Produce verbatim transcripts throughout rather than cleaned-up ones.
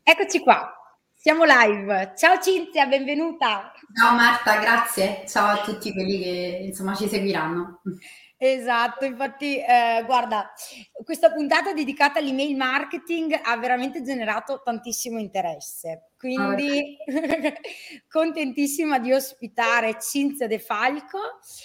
Eccoci qua, siamo live. Ciao Cinzia, benvenuta. Ciao Marta, grazie. Ciao a tutti quelli che insomma ci seguiranno. Esatto, infatti, ehm, guarda, questa puntata dedicata all'email marketing ha veramente generato tantissimo interesse. Ah, perfetto. Quindi contentissima di ospitare Cinzia De Falco.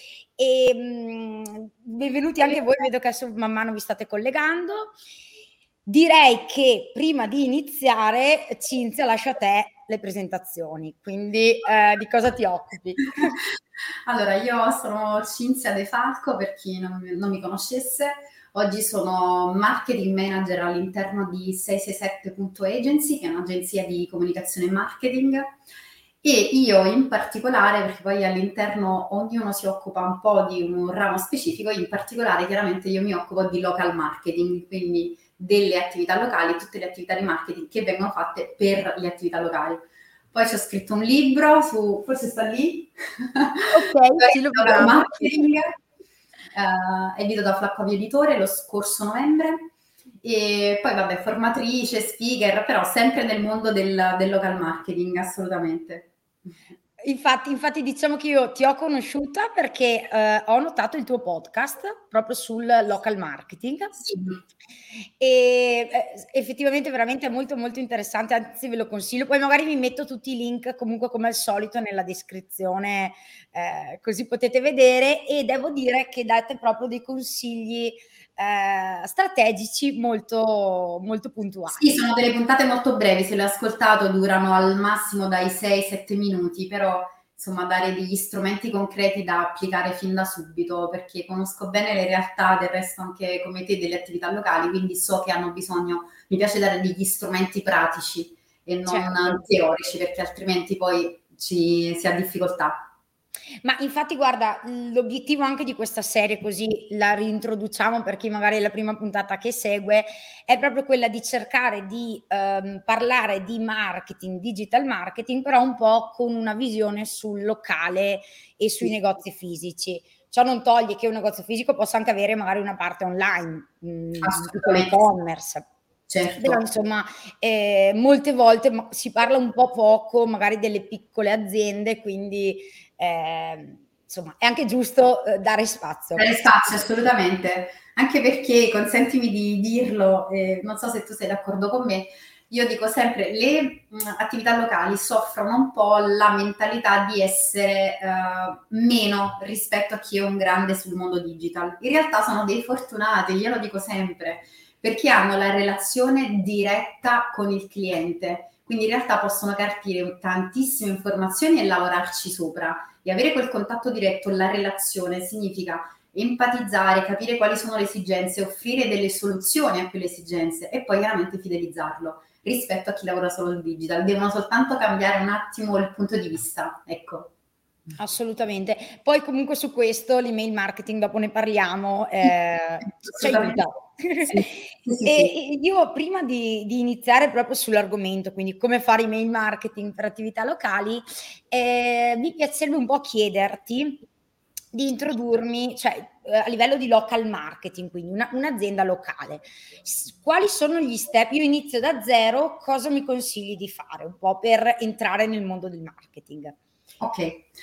Ehm, benvenuti anche voi, vedo che adesso man mano vi state collegando. Direi che prima di iniziare, Cinzia, lascio a te le presentazioni, quindi eh, di cosa ti occupi? Allora, io sono Cinzia De Falco, per chi non, non mi conoscesse. Oggi sono marketing manager all'interno di sei sei sette punto agency, che è un'agenzia di comunicazione e marketing. E io in particolare, perché poi all'interno ognuno si occupa un po' di un ramo specifico, in particolare chiaramente io mi occupo di local marketing, quindi delle attività locali, tutte le attività di marketing che vengono fatte per le attività locali. Poi ci ho scritto un libro su, forse sta lì, Ok, sì, lo local vediamo. marketing, eh, edito da Flaccovio Editore lo scorso novembre. E poi vabbè, formatrice, speaker, però sempre nel mondo del, del local marketing, assolutamente. Infatti, infatti diciamo che io ti ho conosciuta perché eh, ho notato il tuo podcast proprio sul local marketing Sì. e eh, effettivamente veramente è molto molto interessante, anzi ve lo consiglio, poi magari vi metto tutti i link comunque come al solito nella descrizione, eh, così potete vedere, e devo dire che date proprio dei consigli eh, strategici molto molto Sì, puntuali. sono delle puntate molto brevi, se le ho ascoltato durano al massimo dai sei sette minuti, però insomma dare degli strumenti concreti da applicare fin da subito, perché conosco bene le realtà del resto anche come te delle attività locali, quindi so che hanno bisogno, mi piace dare degli strumenti pratici e non Certo. teorici, perché altrimenti poi ci, si ha difficoltà. Ma infatti guarda, l'obiettivo anche di questa serie, così la reintroduciamo per chi magari è la prima puntata che segue, è proprio quella di cercare di ehm, parlare di marketing, digital marketing, però un po' con una visione sul locale e sui Sì, negozi fisici. Ciò non toglie che un negozio fisico possa anche avere magari una parte online, mh, un piccolo assolutamente sì, e-commerce. Però certo. insomma, eh, molte volte ma- si parla un po' poco magari delle piccole aziende, quindi eh, insomma è anche giusto eh, dare spazio. Dare spazio, assolutamente, anche perché, consentimi di dirlo, eh, non so se tu sei d'accordo con me, io dico sempre, le mh, attività locali soffrono un po' la mentalità di essere eh, meno rispetto a chi è un grande sul mondo digital. In realtà sono dei fortunati, io lo dico sempre, perché hanno la relazione diretta con il cliente, quindi in realtà possono carpire tantissime informazioni e lavorarci sopra. E avere quel contatto diretto, la relazione, significa empatizzare, capire quali sono le esigenze, offrire delle soluzioni a quelle esigenze e poi chiaramente fidelizzarlo rispetto a chi lavora solo il digital. Devono soltanto cambiare un attimo il punto di vista, ecco. Assolutamente. Poi comunque su questo l'email marketing, dopo ne parliamo, eh, ci Assolutamente. aiuta. Sì, sì, sì, E sì. e io prima di, di iniziare proprio sull'argomento, quindi come fare email marketing per attività locali, eh, mi piacerebbe un po' chiederti di introdurmi, cioè eh, a livello di local marketing, quindi una- un'azienda locale. S- Quali sono gli step? Io inizio da zero, cosa mi consigli di fare un po' per entrare nel mondo del marketing? Ok.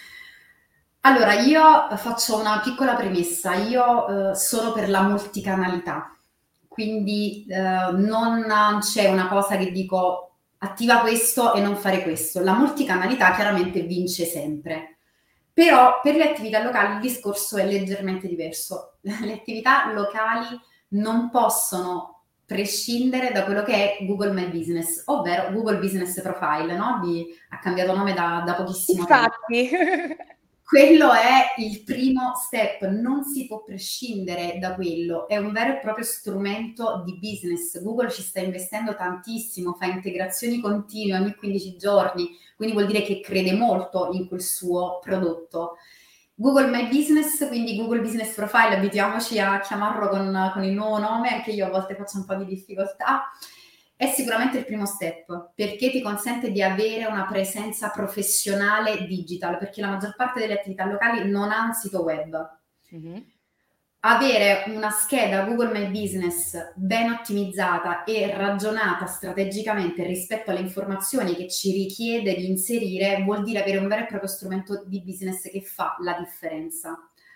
Allora, io faccio una piccola premessa, io eh, sono per la multicanalità, quindi eh, non c'è una cosa che dico attiva questo e non fare questo. La multicanalità chiaramente vince sempre, però per le attività locali il discorso è leggermente diverso. Le attività locali non possono prescindere da quello che è Google My Business, ovvero Google Business Profile, no? Di- ha cambiato nome da da pochissimo tempo. Infatti. Quello è il primo step, non si può prescindere da quello, è un vero e proprio strumento di business. Google ci sta investendo tantissimo, fa integrazioni continue ogni quindici giorni, quindi vuol dire che crede molto in quel suo prodotto. Google My Business, quindi Google Business Profile, abituiamoci a chiamarlo con, con il nuovo nome, anche io a volte faccio un po' di difficoltà, è sicuramente il primo step perché ti consente di avere una presenza professionale digital, perché la maggior parte delle attività locali non ha un sito web. Mhm. avere una scheda Google My Business ben ottimizzata e ragionata strategicamente rispetto alle informazioni che ci richiede di inserire vuol dire avere un vero e proprio strumento di business che fa la differenza.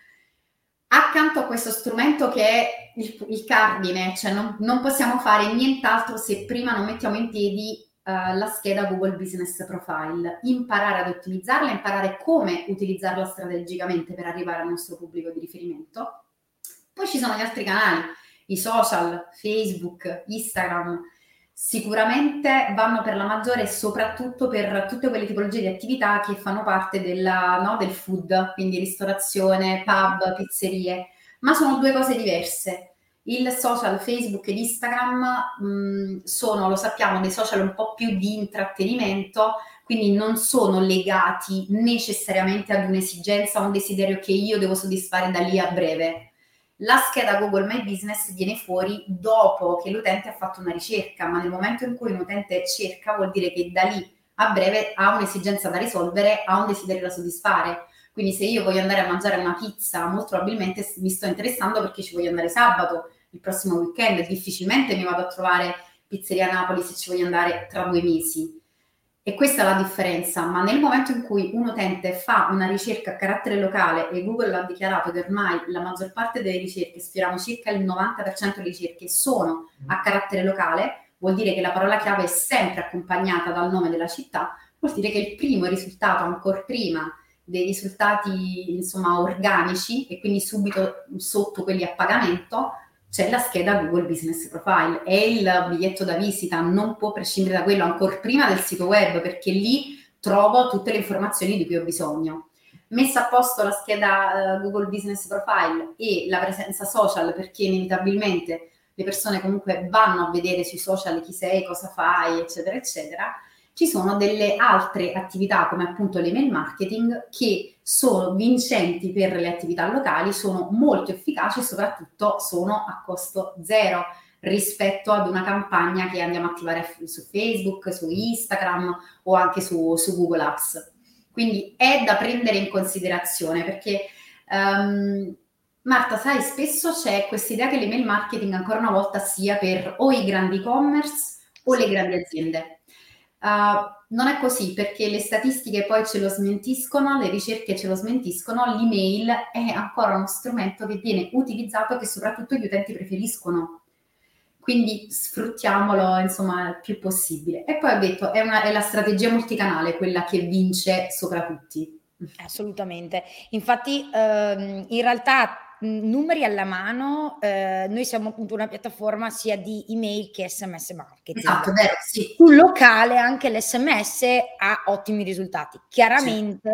Accanto a questo strumento che è il, il cardine, cioè non, non possiamo fare nient'altro se prima non mettiamo in piedi uh, la scheda Google Business Profile, imparare ad ottimizzarla, imparare come utilizzarla strategicamente per arrivare al nostro pubblico di riferimento. Poi ci sono gli altri canali, i social, Facebook, Instagram, sicuramente vanno per la maggiore soprattutto per tutte quelle tipologie di attività che fanno parte della, no, del food, quindi ristorazione, pub, pizzerie, ma sono due cose diverse. Il social, Facebook ed Instagram mh, sono, lo sappiamo, dei social un po' più di intrattenimento, quindi non sono legati necessariamente ad un'esigenza, a un desiderio che io devo soddisfare da lì a breve. La scheda Google My Business viene fuori dopo che l'utente ha fatto una ricerca, ma nel momento in cui un utente cerca vuol dire che da lì a breve ha un'esigenza da risolvere, ha un desiderio da soddisfare. Quindi se io voglio andare a mangiare una pizza, molto probabilmente mi sto interessando perché ci voglio andare sabato, il prossimo weekend, difficilmente mi vado a trovare pizzeria a Napoli se ci voglio andare tra due mesi. E questa è la differenza, ma nel momento in cui un utente fa una ricerca a carattere locale e Google ha dichiarato che ormai la maggior parte delle ricerche, sfioriamo circa il novanta per cento delle ricerche, sono a carattere locale, vuol dire che la parola chiave è sempre accompagnata dal nome della città, vuol dire che il primo risultato, ancora prima dei risultati insomma organici e quindi subito sotto quelli a pagamento, c'è la scheda Google Business Profile, è il biglietto da visita, non può prescindere da quello ancora prima del sito web, perché lì trovo tutte le informazioni di cui ho bisogno. Messa a posto la scheda uh, Google Business Profile e la presenza social, perché inevitabilmente le persone comunque vanno a vedere sui social chi sei, cosa fai, eccetera, eccetera. Ci sono delle altre attività come appunto l'email marketing che sono vincenti per le attività locali, sono molto efficaci e soprattutto sono a costo zero rispetto ad una campagna che andiamo a attivare su Facebook, su Instagram o anche su, su Google Apps. Quindi è da prendere in considerazione perché um, Marta, sai, spesso c'è questa idea che l'email marketing ancora una volta sia per o i grandi e-commerce o le grandi aziende. Uh, non è così perché le statistiche poi ce lo smentiscono, le ricerche ce lo smentiscono, l'email è ancora uno strumento che viene utilizzato che soprattutto gli utenti preferiscono. Quindi sfruttiamolo insomma il più possibile. E poi ho detto, è, una, è la strategia multicanale quella che vince sopra tutti. Assolutamente. Infatti, ehm, in realtà, mh, numeri alla mano, eh, noi siamo appunto una piattaforma sia di email che S M S marketing. Esatto, vero, sì. Sul locale anche l'S M S ha ottimi risultati. Chiaramente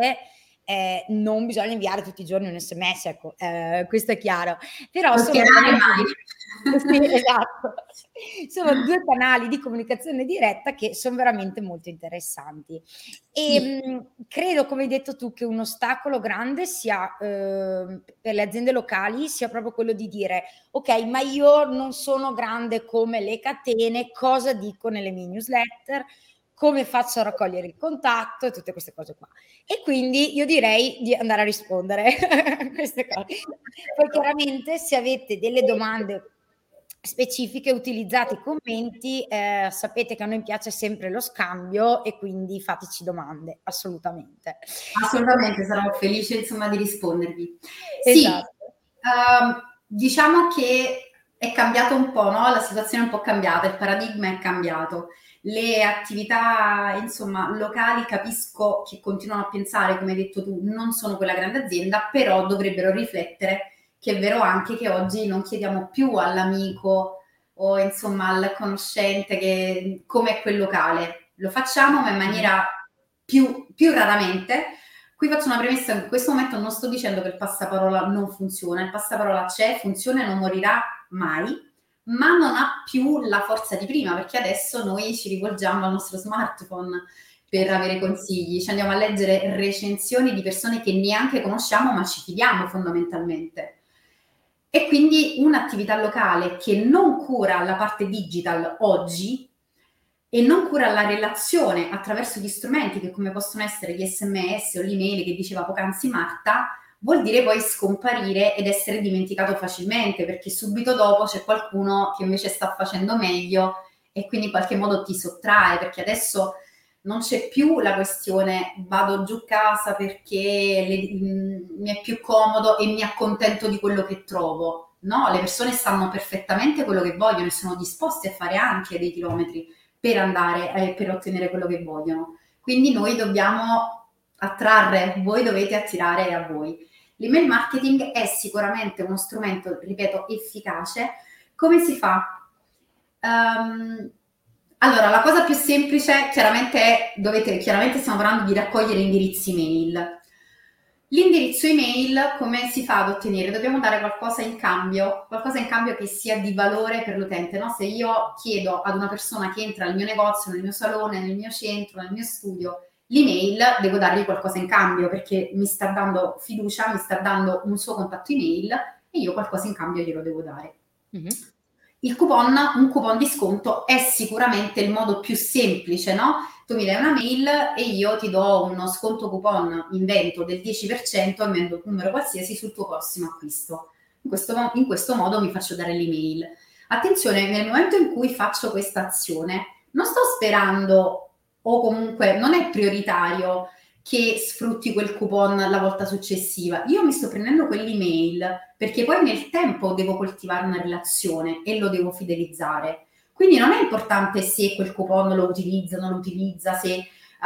eh, non bisogna inviare tutti i giorni un S M S, ecco, eh, questo è chiaro. Però non sono mai. sì, esatto. Sono due canali di comunicazione diretta che sono veramente molto interessanti. E Sì. mh, credo, come hai detto tu, che un ostacolo grande sia eh, per le aziende locali sia proprio quello di dire: ok, ma io non sono grande come le catene, cosa dico nelle mie newsletter? Come faccio a raccogliere il contatto e tutte queste cose qua. E quindi io direi di andare a rispondere a queste cose. Poi chiaramente se avete delle domande specifiche utilizzate i commenti, eh, sapete che a noi piace sempre lo scambio e quindi fateci domande, assolutamente. Assolutamente, sarò felice insomma di rispondervi. Esatto. Sì, uh, diciamo che è cambiato un po', no? La situazione è un po' cambiata, il paradigma è cambiato. Le attività insomma locali capisco che continuano a pensare, come hai detto tu, non sono quella grande azienda, però dovrebbero riflettere che è vero anche che oggi non chiediamo più all'amico o insomma al conoscente che come è quel locale, lo facciamo ma in maniera più, più raramente. Qui faccio una premessa: in questo momento non sto dicendo che il passaparola non funziona, il passaparola c'è, funziona e non morirà mai, ma non ha più la forza di prima, perché adesso noi ci rivolgiamo al nostro smartphone per avere consigli, ci andiamo a leggere recensioni di persone che neanche conosciamo ma ci fidiamo fondamentalmente. E quindi un'attività locale che non cura la parte digital oggi e non cura la relazione attraverso gli strumenti che come possono essere gli S M S o l'email che diceva poc'anzi Marta, vuol dire poi scomparire ed essere dimenticato facilmente, perché subito dopo c'è qualcuno che invece sta facendo meglio e quindi in qualche modo ti sottrae, perché adesso non c'è più la questione vado giù casa perché le, mh, mi è più comodo e mi accontento di quello che trovo. No, le persone sanno perfettamente quello che vogliono e sono disposte a fare anche dei chilometri per andare e eh, per ottenere quello che vogliono. Quindi noi dobbiamo attrarre, voi dovete attirare a voi. L'email marketing è sicuramente uno strumento, ripeto, efficace. Come si fa? Um, allora, la cosa più semplice chiaramente è, dovete, chiaramente stiamo parlando di raccogliere indirizzi email. L'indirizzo email come si fa ad ottenere? Dobbiamo dare qualcosa in cambio, qualcosa in cambio che sia di valore per l'utente, no? Se io chiedo ad una persona che entra nel mio negozio, nel mio salone, nel mio centro, nel mio studio, l'email, devo dargli qualcosa in cambio perché mi sta dando fiducia, mi sta dando un suo contatto email e io qualcosa in cambio glielo devo dare. Mm-hmm. Il coupon, un coupon di sconto è sicuramente il modo più semplice, no? Tu mi dai una mail e io ti do uno sconto coupon invento del dieci per cento, invento un numero qualsiasi sul tuo prossimo acquisto. In questo, in questo modo mi faccio dare l'email. Attenzione, nel momento in cui faccio questa azione, non sto sperando o comunque non è prioritario che sfrutti quel coupon la volta successiva. Io mi sto prendendo quell'email perché poi nel tempo devo coltivare una relazione e lo devo fidelizzare. Quindi non è importante se quel coupon lo utilizza, non lo utilizza, se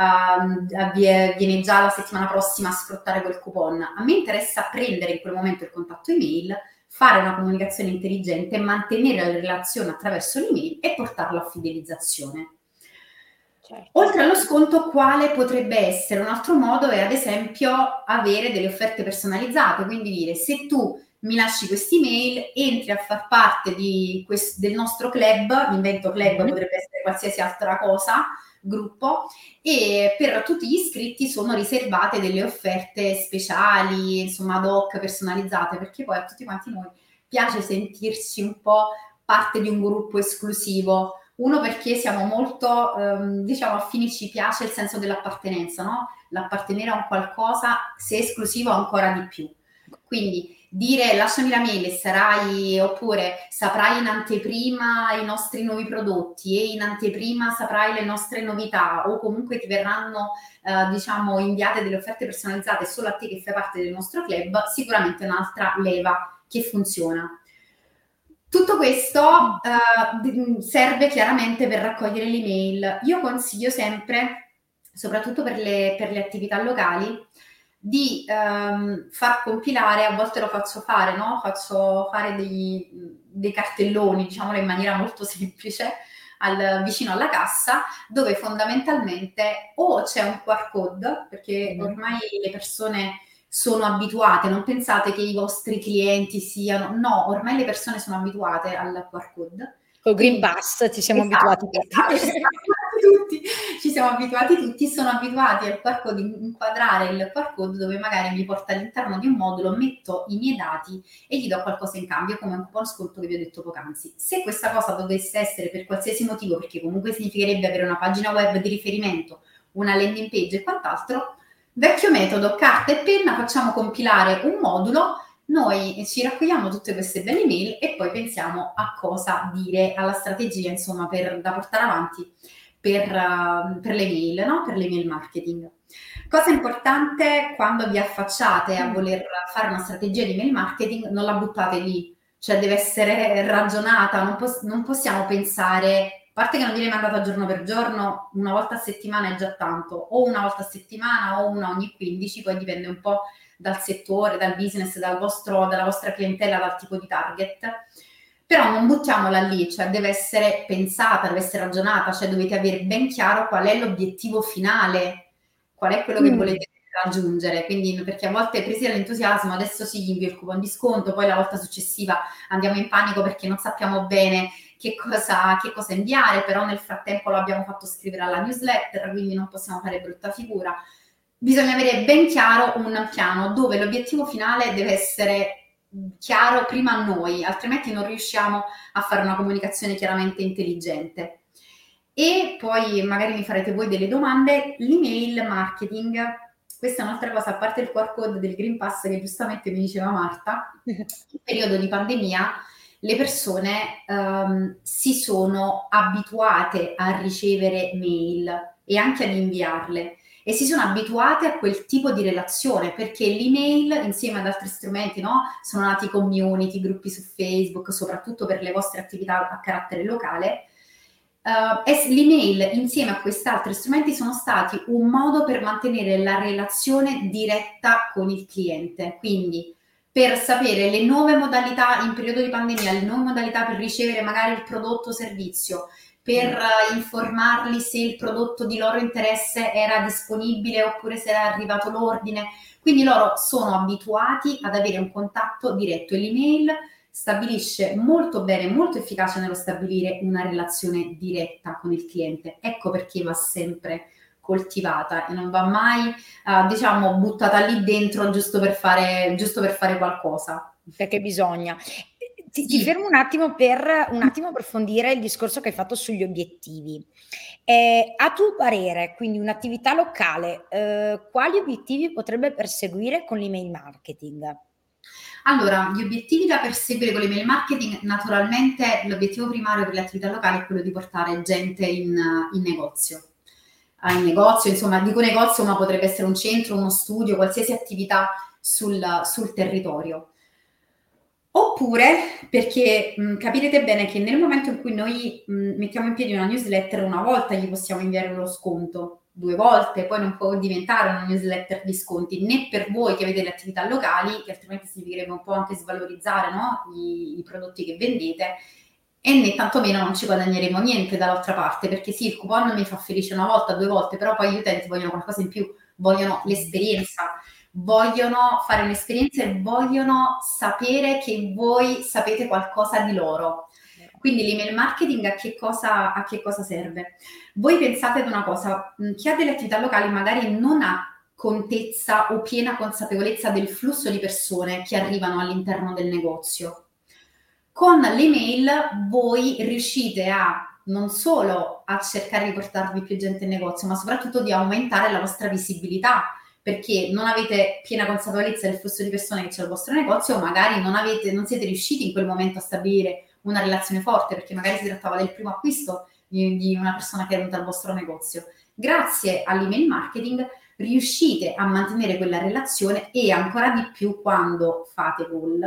uh, viene già la settimana prossima a sfruttare quel coupon. A me interessa prendere in quel momento il contatto email, fare una comunicazione intelligente, mantenere la relazione attraverso l'email e portarlo a fidelizzazione. Certo. Oltre allo sconto, quale potrebbe essere? Un altro modo è ad esempio avere delle offerte personalizzate, quindi dire se tu mi lasci quest'email, entri a far parte di quest- del nostro club, invento club, mm-hmm. potrebbe essere qualsiasi altra cosa, gruppo, e per tutti gli iscritti sono riservate delle offerte speciali, insomma ad hoc, personalizzate, perché poi a tutti quanti noi piace sentirci un po' parte di un gruppo esclusivo. Uno perché siamo molto, ehm, diciamo, affini, ci piace il senso dell'appartenenza, no? L'appartenere a un qualcosa, se esclusivo, ancora di più. Quindi dire lasciami la mail e sarai, oppure saprai in anteprima i nostri nuovi prodotti e in anteprima saprai le nostre novità o comunque ti verranno, eh, diciamo, inviate delle offerte personalizzate solo a te che fai parte del nostro club, sicuramente è un'altra leva che funziona. Tutto questo uh, serve chiaramente per raccogliere l'email. Io consiglio sempre, soprattutto per le, per le attività locali, di um, far compilare, a volte lo faccio fare, no? Faccio fare dei, dei cartelloni, diciamolo in maniera molto semplice, al, vicino alla cassa, dove fondamentalmente o c'è un Q R code, perché ormai le persone sono abituate, non pensate che i vostri clienti siano, no, ormai le persone sono abituate al Q R code. Col Green Pass ci siamo esatto, abituati esatto, ci siamo abituati tutti, ci siamo abituati tutti, sono abituati al Q R code, inquadrare il Q R code dove magari mi porta all'interno di un modulo, metto i miei dati e gli do qualcosa in cambio come un coupon sconto che vi ho detto poc'anzi. Se questa cosa dovesse essere per qualsiasi motivo, perché comunque significherebbe avere una pagina web di riferimento, una landing page e quant'altro, vecchio metodo, carta e penna, facciamo compilare un modulo, noi ci raccogliamo tutte queste belle email e poi pensiamo a cosa dire, alla strategia, insomma, per, da portare avanti per, uh, per le mail, no? Per le mail marketing. Cosa importante quando vi affacciate a voler fare una strategia di mail marketing, non la buttate lì, cioè deve essere ragionata, non, pos- non possiamo pensare... A parte che non viene mandato giorno per giorno, una volta a settimana è già tanto, o una volta a settimana o una ogni quindici, poi dipende un po' dal settore, dal business, dal vostro, dalla vostra clientela, dal tipo di target. Però non buttiamola lì, cioè deve essere pensata, deve essere ragionata, cioè dovete avere ben chiaro qual è l'obiettivo finale, qual è quello mm. che volete raggiungere, quindi perché a volte presi dall'entusiasmo, adesso sì, gli invio il coupon di sconto, poi la volta successiva andiamo in panico perché non sappiamo bene che cosa, che cosa inviare, però nel frattempo lo abbiamo fatto scrivere alla newsletter, quindi non possiamo fare brutta figura. Bisogna avere ben chiaro un piano dove l'obiettivo finale deve essere chiaro prima a noi, altrimenti non riusciamo a fare una comunicazione chiaramente intelligente. E poi magari mi farete voi delle domande. L'email marketing questa è un'altra cosa, a parte il Q R code del Green Pass che giustamente mi diceva Marta, in periodo di pandemia le persone um, si sono abituate a ricevere mail e anche ad inviarle e si sono abituate a quel tipo di relazione, perché l'email insieme ad altri strumenti, no? Sono nati community, gruppi su Facebook, soprattutto per le vostre attività a carattere locale. Uh, e l'email insieme a questi altri strumenti sono stati un modo per mantenere la relazione diretta con il cliente, quindi per sapere le nuove modalità in periodo di pandemia, le nuove modalità per ricevere magari il prodotto o servizio, per uh, informarli se il prodotto di loro interesse era disponibile oppure se era arrivato l'ordine. Quindi loro sono abituati ad avere un contatto diretto e l'email stabilisce molto bene, molto efficace nello stabilire una relazione diretta con il cliente. Ecco perché va sempre coltivata e non va mai, uh, diciamo, buttata lì dentro giusto per fare, giusto per fare qualcosa. Perché bisogna. Ti, sì. ti fermo un attimo per un attimo approfondire il discorso che hai fatto sugli obiettivi. Eh, a tuo parere, quindi un'attività locale, eh, quali obiettivi potrebbe perseguire con l'email marketing? Allora, gli obiettivi da perseguire con l'email marketing, naturalmente l'obiettivo primario per le attività locali è quello di portare gente in, in negozio. Uh, in negozio, insomma, dico negozio, ma potrebbe essere un centro, uno studio, qualsiasi attività sul, sul territorio. Oppure, perché mh, capirete bene che nel momento in cui noi mh, mettiamo in piedi una newsletter, una volta gli possiamo inviare uno sconto, due volte, poi non può diventare una newsletter di sconti né per voi che avete le attività locali, che altrimenti significherebbe un po' anche svalorizzare, no? I, i prodotti che vendete, e né tantomeno non ci guadagneremo niente dall'altra parte, perché sì, il coupon mi fa felice una volta, due volte, però poi gli utenti vogliono qualcosa in più, vogliono l'esperienza, vogliono fare un'esperienza e vogliono sapere che voi sapete qualcosa di loro. Quindi l'email marketing a che cosa, a che cosa serve? Voi pensate ad una cosa, chi ha delle attività locali magari non ha contezza o piena consapevolezza del flusso di persone che arrivano all'interno del negozio. Con l'email voi riuscite a non solo a cercare di portarvi più gente in negozio, ma soprattutto di aumentare la vostra visibilità, perché non avete piena consapevolezza del flusso di persone che c'è al vostro negozio, o magari non, avete, non siete riusciti in quel momento a stabilire una relazione forte, perché magari si trattava del primo acquisto di, di una persona che è venuta al vostro negozio. Grazie all'email marketing riuscite a mantenere quella relazione e ancora di più quando fate call,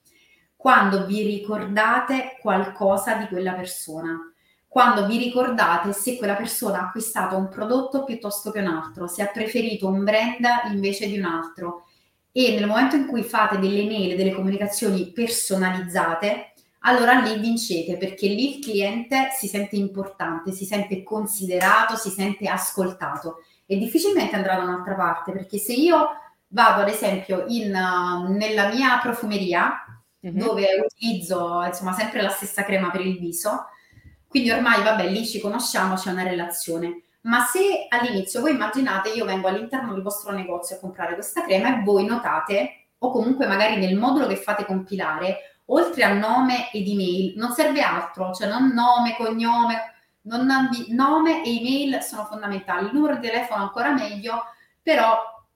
quando vi ricordate qualcosa di quella persona, quando vi ricordate se quella persona ha acquistato un prodotto piuttosto che un altro, se ha preferito un brand invece di un altro, e nel momento in cui fate delle mail, delle comunicazioni personalizzate, allora lì vincete, perché lì il cliente si sente importante, si sente considerato, si sente ascoltato e difficilmente andrà da un'altra parte, perché se io vado ad esempio in, uh, nella mia profumeria, mm-hmm. dove utilizzo insomma sempre la stessa crema per il viso, quindi ormai vabbè lì ci conosciamo, c'è una relazione, ma se all'inizio voi immaginate io vengo all'interno del vostro negozio a comprare questa crema e voi notate, o comunque magari nel modulo che fate compilare, oltre a nome ed email non serve altro, cioè non nome, cognome, non nome e email sono fondamentali, il numero di telefono ancora meglio, però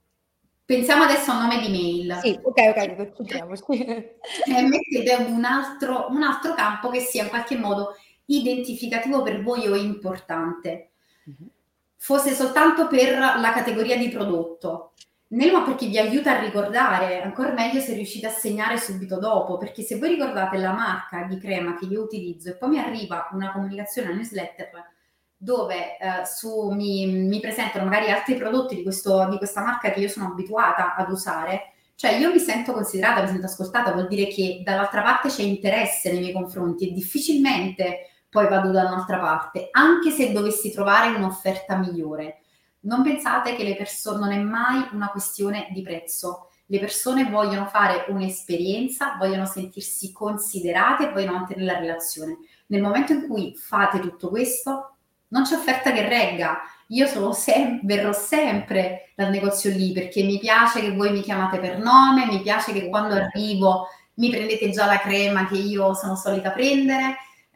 pensiamo adesso a nome di mail. Sì, ok, ok, concentriamoci. E mettete un altro, un altro campo che sia in qualche modo identificativo per voi o importante. Mm-hmm. Fosse soltanto per la categoria di prodotto, nel perché vi aiuta a ricordare, ancora meglio se riuscite a segnare subito dopo, perché se voi ricordate la marca di crema che io utilizzo e poi mi arriva una comunicazione, una newsletter dove eh, su, mi, mi presentano magari altri prodotti di, questo, di questa marca che io sono abituata ad usare, cioè io mi sento considerata, mi sento ascoltata, vuol dire che dall'altra parte c'è interesse nei miei confronti e difficilmente poi vado da un'altra parte, anche se dovessi trovare un'offerta migliore. Non pensate che le persone, non è mai una questione di prezzo. Le persone vogliono fare un'esperienza, vogliono sentirsi considerate, vogliono mantenere la relazione. Nel momento in cui fate tutto questo, non c'è offerta che regga. Io sono sem- verrò sempre dal negozio lì perché mi piace che voi mi chiamate per nome, mi piace che quando arrivo mi prendete già la crema che io sono solita prendere. Eh,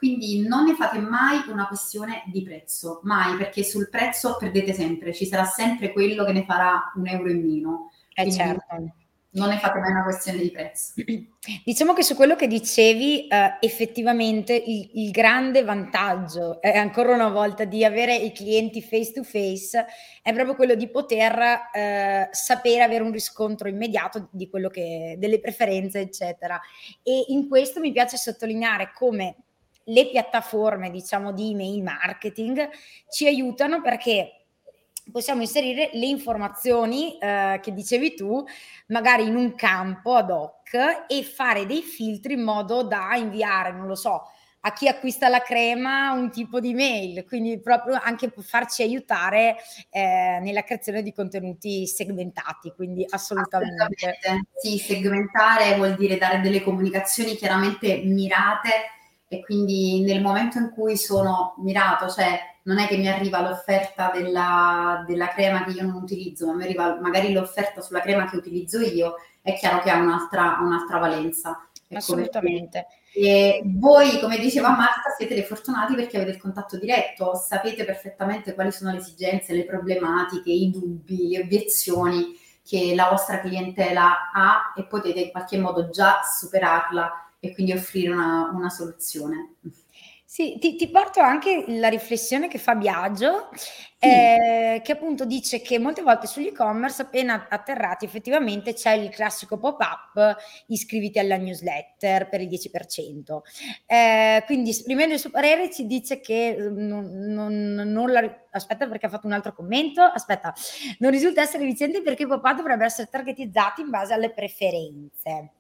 quindi non ne fate mai una questione di prezzo, mai, perché sul prezzo perdete sempre, ci sarà sempre quello che ne farà un euro in meno, Eh quindi certo. non ne fate mai una questione di prezzo. Diciamo che su quello che dicevi, ehm, effettivamente il il grande vantaggio è ancora una volta di avere i clienti face to face, è proprio quello di poter, ehm, sapere avere un riscontro immediato di quello che delle preferenze, eccetera. E in questo mi piace sottolineare come le piattaforme, diciamo, di email marketing ci aiutano perché possiamo inserire le informazioni, ehm, che dicevi tu, magari in un campo ad hoc e fare dei filtri in modo da inviare, non lo so, a chi acquista la crema un tipo di mail, quindi proprio anche per farci aiutare, ehm, nella creazione di contenuti segmentati, quindi assolutamente. Assolutamente. Sì, segmentare vuol dire dare delle comunicazioni chiaramente mirate e quindi nel momento in cui sono mirato, cioè non è che mi arriva l'offerta della, della crema che io non utilizzo, ma mi arriva magari l'offerta sulla crema che utilizzo io, è chiaro che ha un'altra, un'altra valenza. Ecco perché Assolutamente. e voi, come diceva Marta, siete dei fortunati perché avete il contatto diretto, sapete perfettamente quali sono le esigenze, le problematiche, i dubbi, le obiezioni che la vostra clientela ha e potete in qualche modo già superarla e quindi offrire una, una soluzione. Sì, ti ti porto anche la riflessione che fa Biagio, Sì, ehm, che appunto dice che molte volte sugli e-commerce appena atterrati effettivamente c'è il classico pop-up: "Iscriviti alla newsletter per il dieci per cento". Ehm, quindi esprimendo il suo parere ci dice che, uhm, non non non la ri aspetta perché ha fatto un altro commento, aspetta, non risulta essere efficiente perché i pop-up dovrebbero essere targetizzati in base alle preferenze.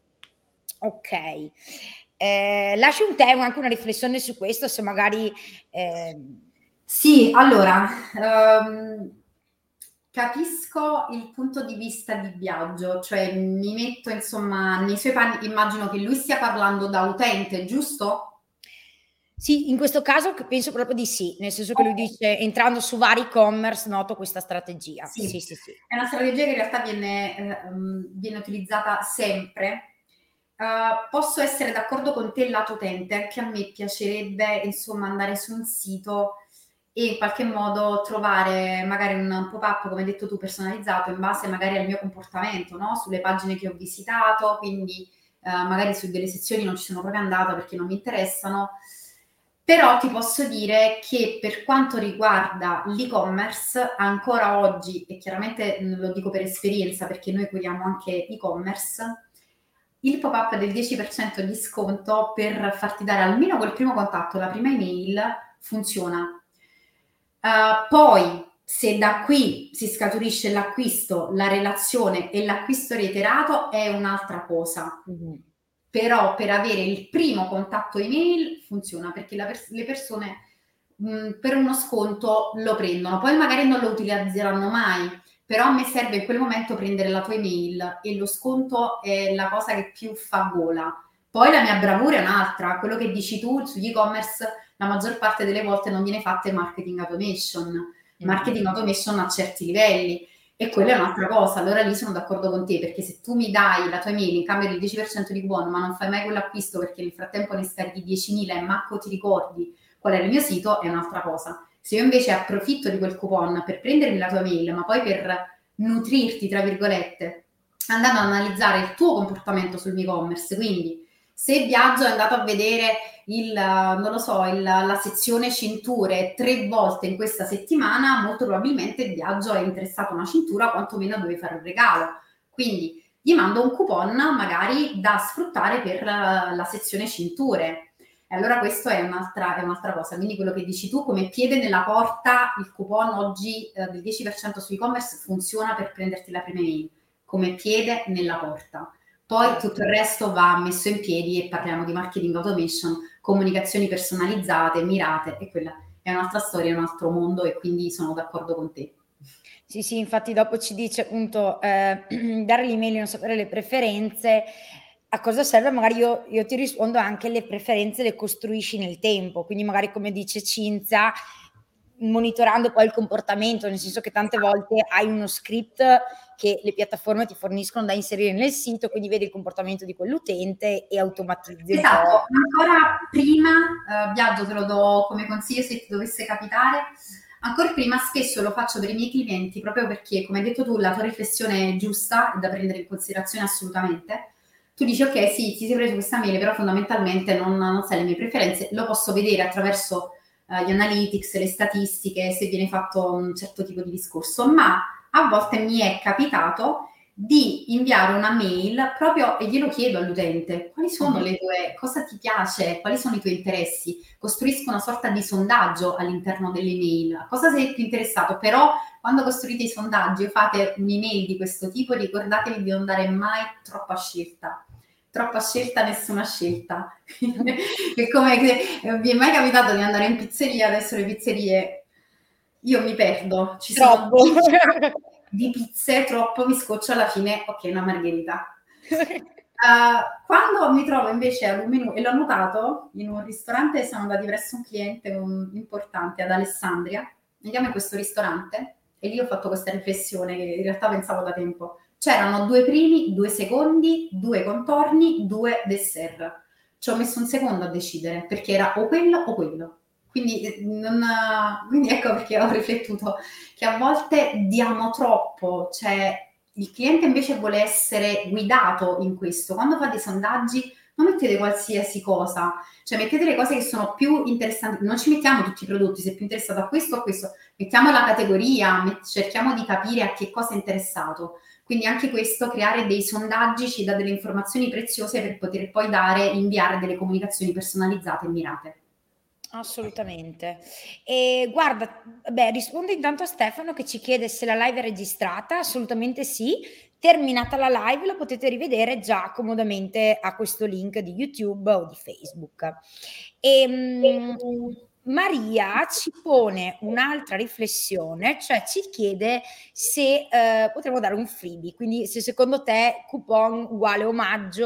Okay. Ehm, lascio un te anche una riflessione su questo, se magari, ehm sì, allora, ehm, capisco il punto di vista di Biagio, cioè mi metto insomma nei suoi panni, immagino che lui stia parlando da utente, giusto? sì, in questo caso c penso proprio di sì, nel senso che lui Ok. dice: "Entrando su vari e-commerce noto questa strategia". Sì, Sì, sì, sì. è una strategia che in realtà viene, ehm, viene utilizzata sempre. Uh, posso essere d'accordo con te lato utente, anche a me piacerebbe insomma andare su un sito e in qualche modo trovare magari un pop-up, come hai detto tu, personalizzato in base magari al mio comportamento, no? Sulle pagine che ho visitato, quindi uh, magari su delle sezioni non ci sono proprio andata perché non mi interessano. Però ti posso dire che per quanto riguarda l'e-commerce, ancora oggi, e chiaramente lo dico per esperienza perché noi curiamo anche e-commerce, il pop-up del dieci per cento di sconto per farti dare almeno quel primo contatto, la prima email, funziona. Uh, poi, se da qui si scaturisce l'acquisto, la relazione e l'acquisto reiterato, è un'altra cosa. Mh-mh. Però per avere il primo contatto email funziona perché la pers- le persone mh, per uno sconto lo prendono, poi magari non lo utilizzeranno mai, però a me serve in quel momento prendere la tua email e lo sconto è la cosa che più fa gola. Poi la mia bravura è un'altra, quello che dici tu sugli e-commerce la maggior parte delle volte non viene fatta in marketing automation, Mh-mh. marketing automation a certi livelli e quella è Certo. un'altra cosa, allora lì sono d'accordo con te, perché se tu mi dai la tua email in cambio del dieci per cento di buono, ma non fai mai quell'acquisto perché nel frattempo ne scarichi diecimila e manco ti ricordi qual è il mio sito, è un'altra cosa. Se io invece approfitto di quel coupon per prendermi la tua mail, ma poi per nutrirti, tra virgolette, andando ad analizzare il tuo comportamento sul mio e-commerce, quindi se Viaggio è andato a vedere il, non lo so, il, la sezione cinture tre volte in questa settimana, molto probabilmente il Viaggio è interessato a una cintura, quantomeno deve fare un regalo. Quindi gli mando un coupon magari da sfruttare per la, la sezione cinture. E allora questo è un'altra, è un'altra cosa. Quindi quello che dici tu, come piede nella porta, il coupon oggi eh, del dieci per cento su e-commerce funziona per prenderti la prima mail, come piede nella porta. Poi Certo. tutto il resto va messo in piedi e parliamo di marketing automation, comunicazioni personalizzate, mirate, e quella è un'altra storia, un altro mondo e quindi sono d'accordo con te. Sì, sì, infatti dopo ci dice appunto, ehm, dare l'email e non sapere le preferenze, a cosa serve? Magari io io ti rispondo anche le preferenze le costruisci nel tempo, quindi magari come dice Cinzia, monitorando poi il comportamento, nel senso che tante volte hai uno script che le piattaforme ti forniscono da inserire nel sito, quindi vedi il comportamento di quell'utente e automatizzi esatto. un po'. Ancora prima, eh, Biagio, te lo do come consiglio se ti dovesse capitare, ancora prima spesso lo faccio per i miei clienti, proprio perché, come hai detto tu, la tua riflessione è giusta e da prendere in considerazione assolutamente. Tu dici, ok, sì, ti sei preso questa mail, però fondamentalmente non, non sai le mie preferenze, lo posso vedere attraverso uh, gli analytics, le statistiche, se viene fatto un certo tipo di discorso, ma a volte mi è capitato di inviare una mail proprio e glielo chiedo all'utente, quali sono le tue, cosa ti piace, quali sono i tuoi interessi, costruisco una sorta di sondaggio all'interno delle mail, a cosa sei più interessato, però quando costruite i sondaggi o fate un'email di questo tipo, ricordatevi di non dare mai troppa scelta. Troppa scelta, nessuna scelta. È come che eh, vi è mai capitato di andare in pizzeria, adesso le pizzerie, io mi perdo, ci Troppo. sono di pizze, troppo, mi scoccio alla fine, ok, una margherita. Uh, quando mi trovo invece ad un menù, e l'ho notato in un ristorante, siamo andati presso un cliente un, importante ad Alessandria, andiamo in questo ristorante e lì ho fatto questa riflessione che in realtà pensavo da tempo. C'erano due primi, due secondi, due contorni, due dessert. Ci ho messo un secondo a decidere perché era o quello o quello. Quindi, non, quindi ecco perché ho riflettuto che a volte diamo troppo, cioè il cliente invece vuole essere guidato in questo. Quando fate i sondaggi non mettete qualsiasi cosa, cioè mettete le cose che sono più interessanti, non ci mettiamo tutti i prodotti, se è più interessato a questo o a questo, mettiamo la categoria, met- cerchiamo di capire a che cosa è interessato. Quindi anche questo, creare dei sondaggi ci dà delle informazioni preziose per poter poi dare, inviare delle comunicazioni personalizzate e mirate. Assolutamente. E guarda, beh, rispondo intanto a Stefano che ci chiede se la live è registrata. Assolutamente sì. Terminata la live la potete rivedere già comodamente a questo link di YouTube o di Facebook. E, mh, Maria ci pone un'altra riflessione, cioè ci chiede se eh, potremmo dare un freebie, quindi se secondo te coupon uguale omaggio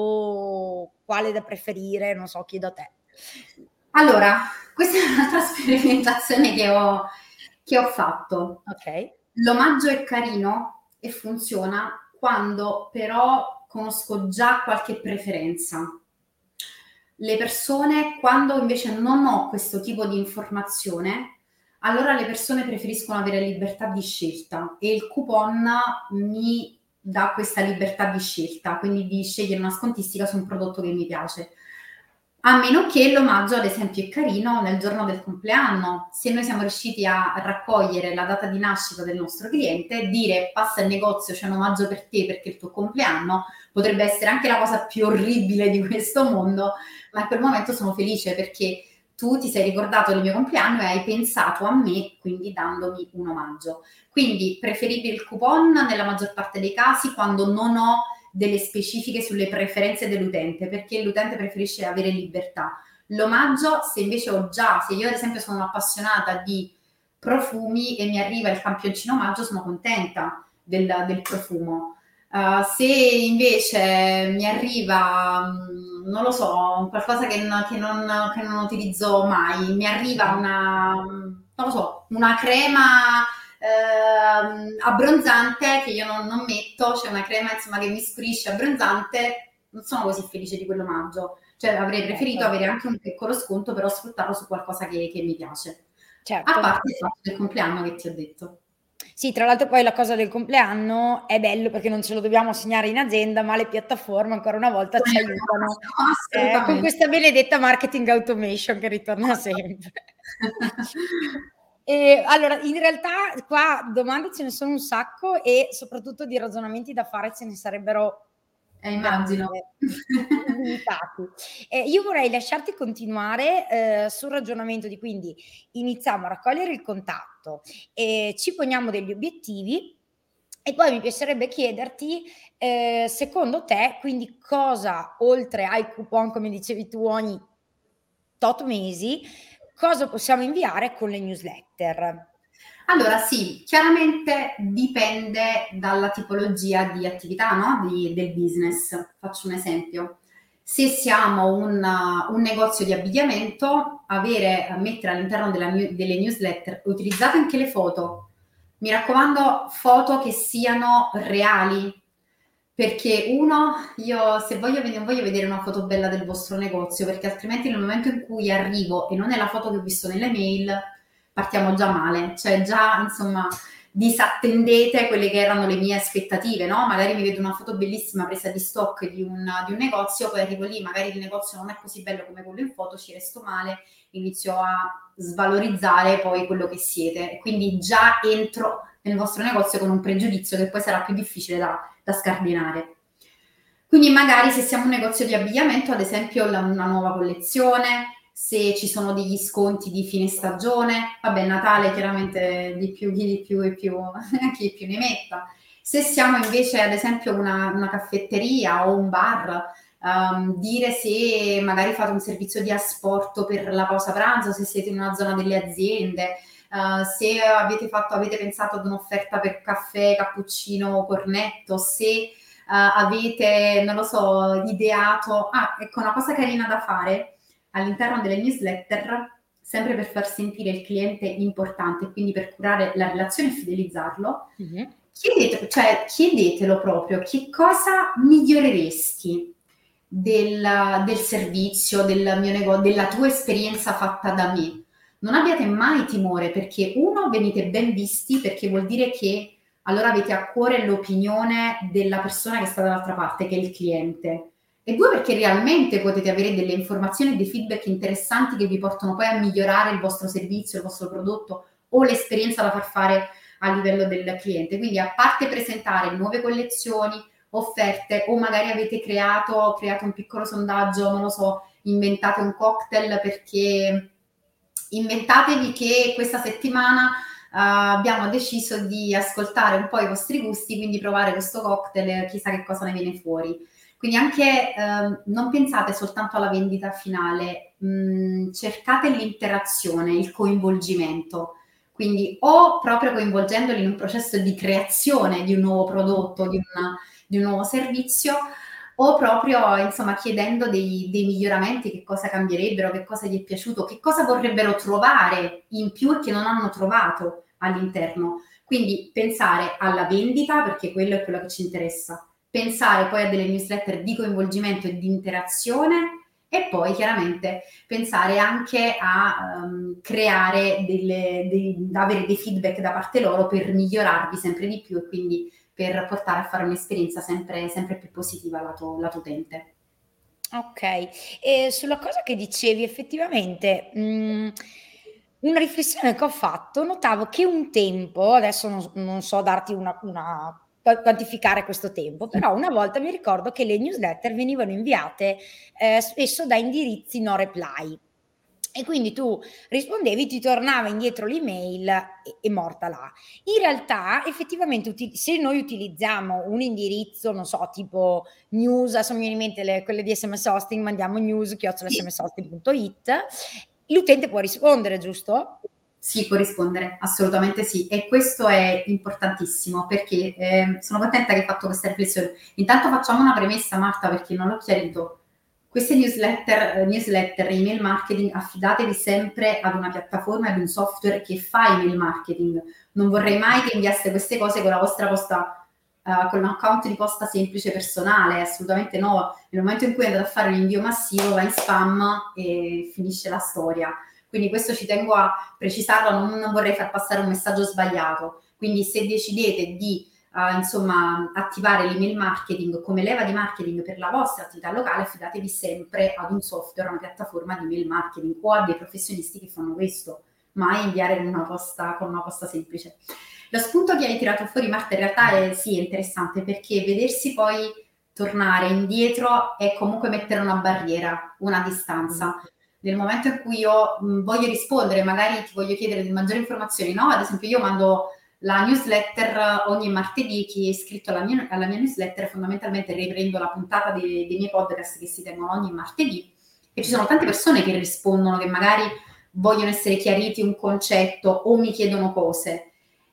o quale da preferire, non so, chiedo a te. Allora, questa è un'altra sperimentazione che ho, che ho fatto. Ok. L'omaggio è carino e funziona quando però conosco già qualche preferenza. Le persone, quando invece non ho questo tipo di informazione, allora le persone preferiscono avere libertà di scelta e il coupon mi dà questa libertà di scelta, quindi di scegliere una scontistica su un prodotto che mi piace. A meno che l'omaggio, ad esempio, è carino nel giorno del compleanno. Se noi siamo riusciti a raccogliere la data di nascita del nostro cliente, dire passa in negozio, c'è un omaggio per te perché è il tuo compleanno, potrebbe essere anche la cosa più orribile di questo mondo, ma in quel momento sono felice perché tu ti sei ricordato del mio compleanno e hai pensato a me, quindi dandomi un omaggio. Quindi preferibile il coupon nella maggior parte dei casi quando non ho delle specifiche sulle preferenze dell'utente, perché l'utente preferisce avere libertà. L'omaggio, se invece ho già, se io ad esempio sono appassionata di profumi e mi arriva il campioncino omaggio, sono contenta del, del profumo. Uh, se invece mi arriva, non lo so, qualcosa che, che, non, che non utilizzo mai, mi arriva una, non lo so, una crema eh, abbronzante che io non, non metto, c'è una crema insomma che mi scurisce abbronzante, non sono così felice di quell'omaggio, cioè avrei preferito avere anche un piccolo sconto, però sfruttarlo su qualcosa che, che mi piace. Certo. A parte il fatto del compleanno che ti ho detto. Sì, tra l'altro poi la cosa del compleanno è bello perché non ce lo dobbiamo segnare in azienda, ma le piattaforme ancora una volta ci aiutano eh, con questa benedetta marketing automation che ritorna sempre. E, allora, in realtà qua domande ce ne sono un sacco e soprattutto di ragionamenti da fare ce ne sarebbero eh, immagino limitati. Eh, io vorrei lasciarti continuare eh, sul ragionamento di quindi iniziamo a raccogliere il contatto e ci poniamo degli obiettivi e poi mi piacerebbe chiederti eh, secondo te quindi cosa oltre ai coupon come dicevi tu ogni tot mesi cosa possiamo inviare con le newsletter? Allora sì, chiaramente dipende dalla tipologia di attività, no? Di, del business. Faccio un esempio. Se siamo un, un negozio di abbigliamento, avere, mettere all'interno della, delle newsletter, utilizzate anche le foto, mi raccomando, foto che siano reali, perché uno, io se voglio, non voglio vedere una foto bella del vostro negozio, perché altrimenti nel momento in cui arrivo e non è la foto che ho visto nelle mail, partiamo già male, cioè già insomma disattendete quelle che erano le mie aspettative, no? Magari mi vedo una foto bellissima presa di stock di un, di un negozio, poi arrivo lì, magari il negozio non è così bello come quello in foto, ci resto male, inizio a svalorizzare poi quello che siete, quindi già entro nel vostro negozio con un pregiudizio che poi sarà più difficile da, da scardinare. Quindi magari se siamo un negozio di abbigliamento, ad esempio la, una nuova collezione, se ci sono degli sconti di fine stagione, vabbè, Natale chiaramente di più, chi di più e più, chi più ne metta. Se siamo invece ad esempio una, una caffetteria o un bar, um, dire se magari fate un servizio di asporto per la pausa pranzo, se siete in una zona delle aziende, uh, se avete, fatto, avete pensato ad un'offerta per caffè, cappuccino o cornetto, se uh, avete, non lo so, ideato, ah, ecco una cosa carina da fare all'interno delle newsletter, sempre per far sentire il cliente importante, quindi per curare la relazione e fidelizzarlo, mm-hmm. chiedete, cioè, chiedetelo proprio, che cosa miglioreresti del, del servizio, del mio negozio, della tua esperienza fatta da me. Non abbiate mai timore, perché uno, venite ben visti, perché vuol dire che allora avete a cuore l'opinione della persona che sta dall'altra parte, che è il cliente. E due, perché realmente potete avere delle informazioni e dei feedback interessanti che vi portano poi a migliorare il vostro servizio, il vostro prodotto o l'esperienza da far fare a livello del cliente. Quindi, a parte presentare nuove collezioni, offerte, o magari avete creato, creato un piccolo sondaggio, non lo so, inventate un cocktail perché inventatevi che questa settimana uh, abbiamo deciso di ascoltare un po' i vostri gusti, quindi provare questo cocktail, chissà che cosa ne viene fuori. Quindi anche eh, non pensate soltanto alla vendita finale, mh, cercate l'interazione, il coinvolgimento. Quindi o proprio coinvolgendoli in un processo di creazione di un nuovo prodotto, di, una, di un nuovo servizio, o proprio insomma chiedendo dei, dei miglioramenti, che cosa cambierebbero, che cosa gli è piaciuto, che cosa vorrebbero trovare in più e che non hanno trovato all'interno. Quindi pensare alla vendita, perché quello è quello che ci interessa. Pensare poi a delle newsletter di coinvolgimento e di interazione, e poi chiaramente pensare anche a um, creare delle, dei, avere dei feedback da parte loro per migliorarvi sempre di più e quindi per portare a fare un'esperienza sempre, sempre più positiva lato, lato utente. Ok, e sulla cosa che dicevi effettivamente, mh, una riflessione che ho fatto, notavo che un tempo, adesso non, non so darti una, una quantificare questo tempo, però una volta mi ricordo che le newsletter venivano inviate eh, spesso da indirizzi no reply, e quindi tu rispondevi, ti tornava indietro l'email e, e morta là. In realtà effettivamente uti- se noi utilizziamo un indirizzo, non so, tipo news, adesso mi viene in mente le, quelle di S M S hosting, mandiamo news chiocciola s m s hosting punto it, l'utente può rispondere, giusto? Sì, può rispondere, assolutamente sì, e questo è importantissimo, perché eh, sono contenta che hai fatto questa riflessione. Intanto facciamo una premessa, Marta, perché non l'ho chiarito. Queste newsletter, newsletter, email marketing, affidatevi sempre ad una piattaforma, ad un software che fa email marketing. Non vorrei mai che inviaste queste cose con la vostra posta, uh, con un account di posta semplice personale, assolutamente no. Nel momento in cui andate a fare un invio massivo va in spam e finisce la storia. Quindi questo ci tengo a precisarlo, non, non vorrei far passare un messaggio sbagliato. Quindi se decidete di uh, insomma, attivare l'email marketing come leva di marketing per la vostra attività locale, affidatevi sempre ad un software, a una piattaforma di email marketing o a dei professionisti che fanno questo, mai inviare una posta, con una posta semplice. Lo spunto che hai tirato fuori, Marta, in realtà è, sì, è interessante, perché vedersi poi tornare indietro è comunque mettere una barriera, una distanza. Mm. Nel momento in cui io mh, voglio rispondere, magari ti voglio chiedere maggiori informazioni, no? Ad esempio io mando la newsletter ogni martedì, chi è iscritto alla mia, alla mia newsletter fondamentalmente riprendo la puntata dei, dei miei podcast che si tengono ogni martedì, e ci sono tante persone che rispondono, che magari vogliono essere chiariti un concetto o mi chiedono cose.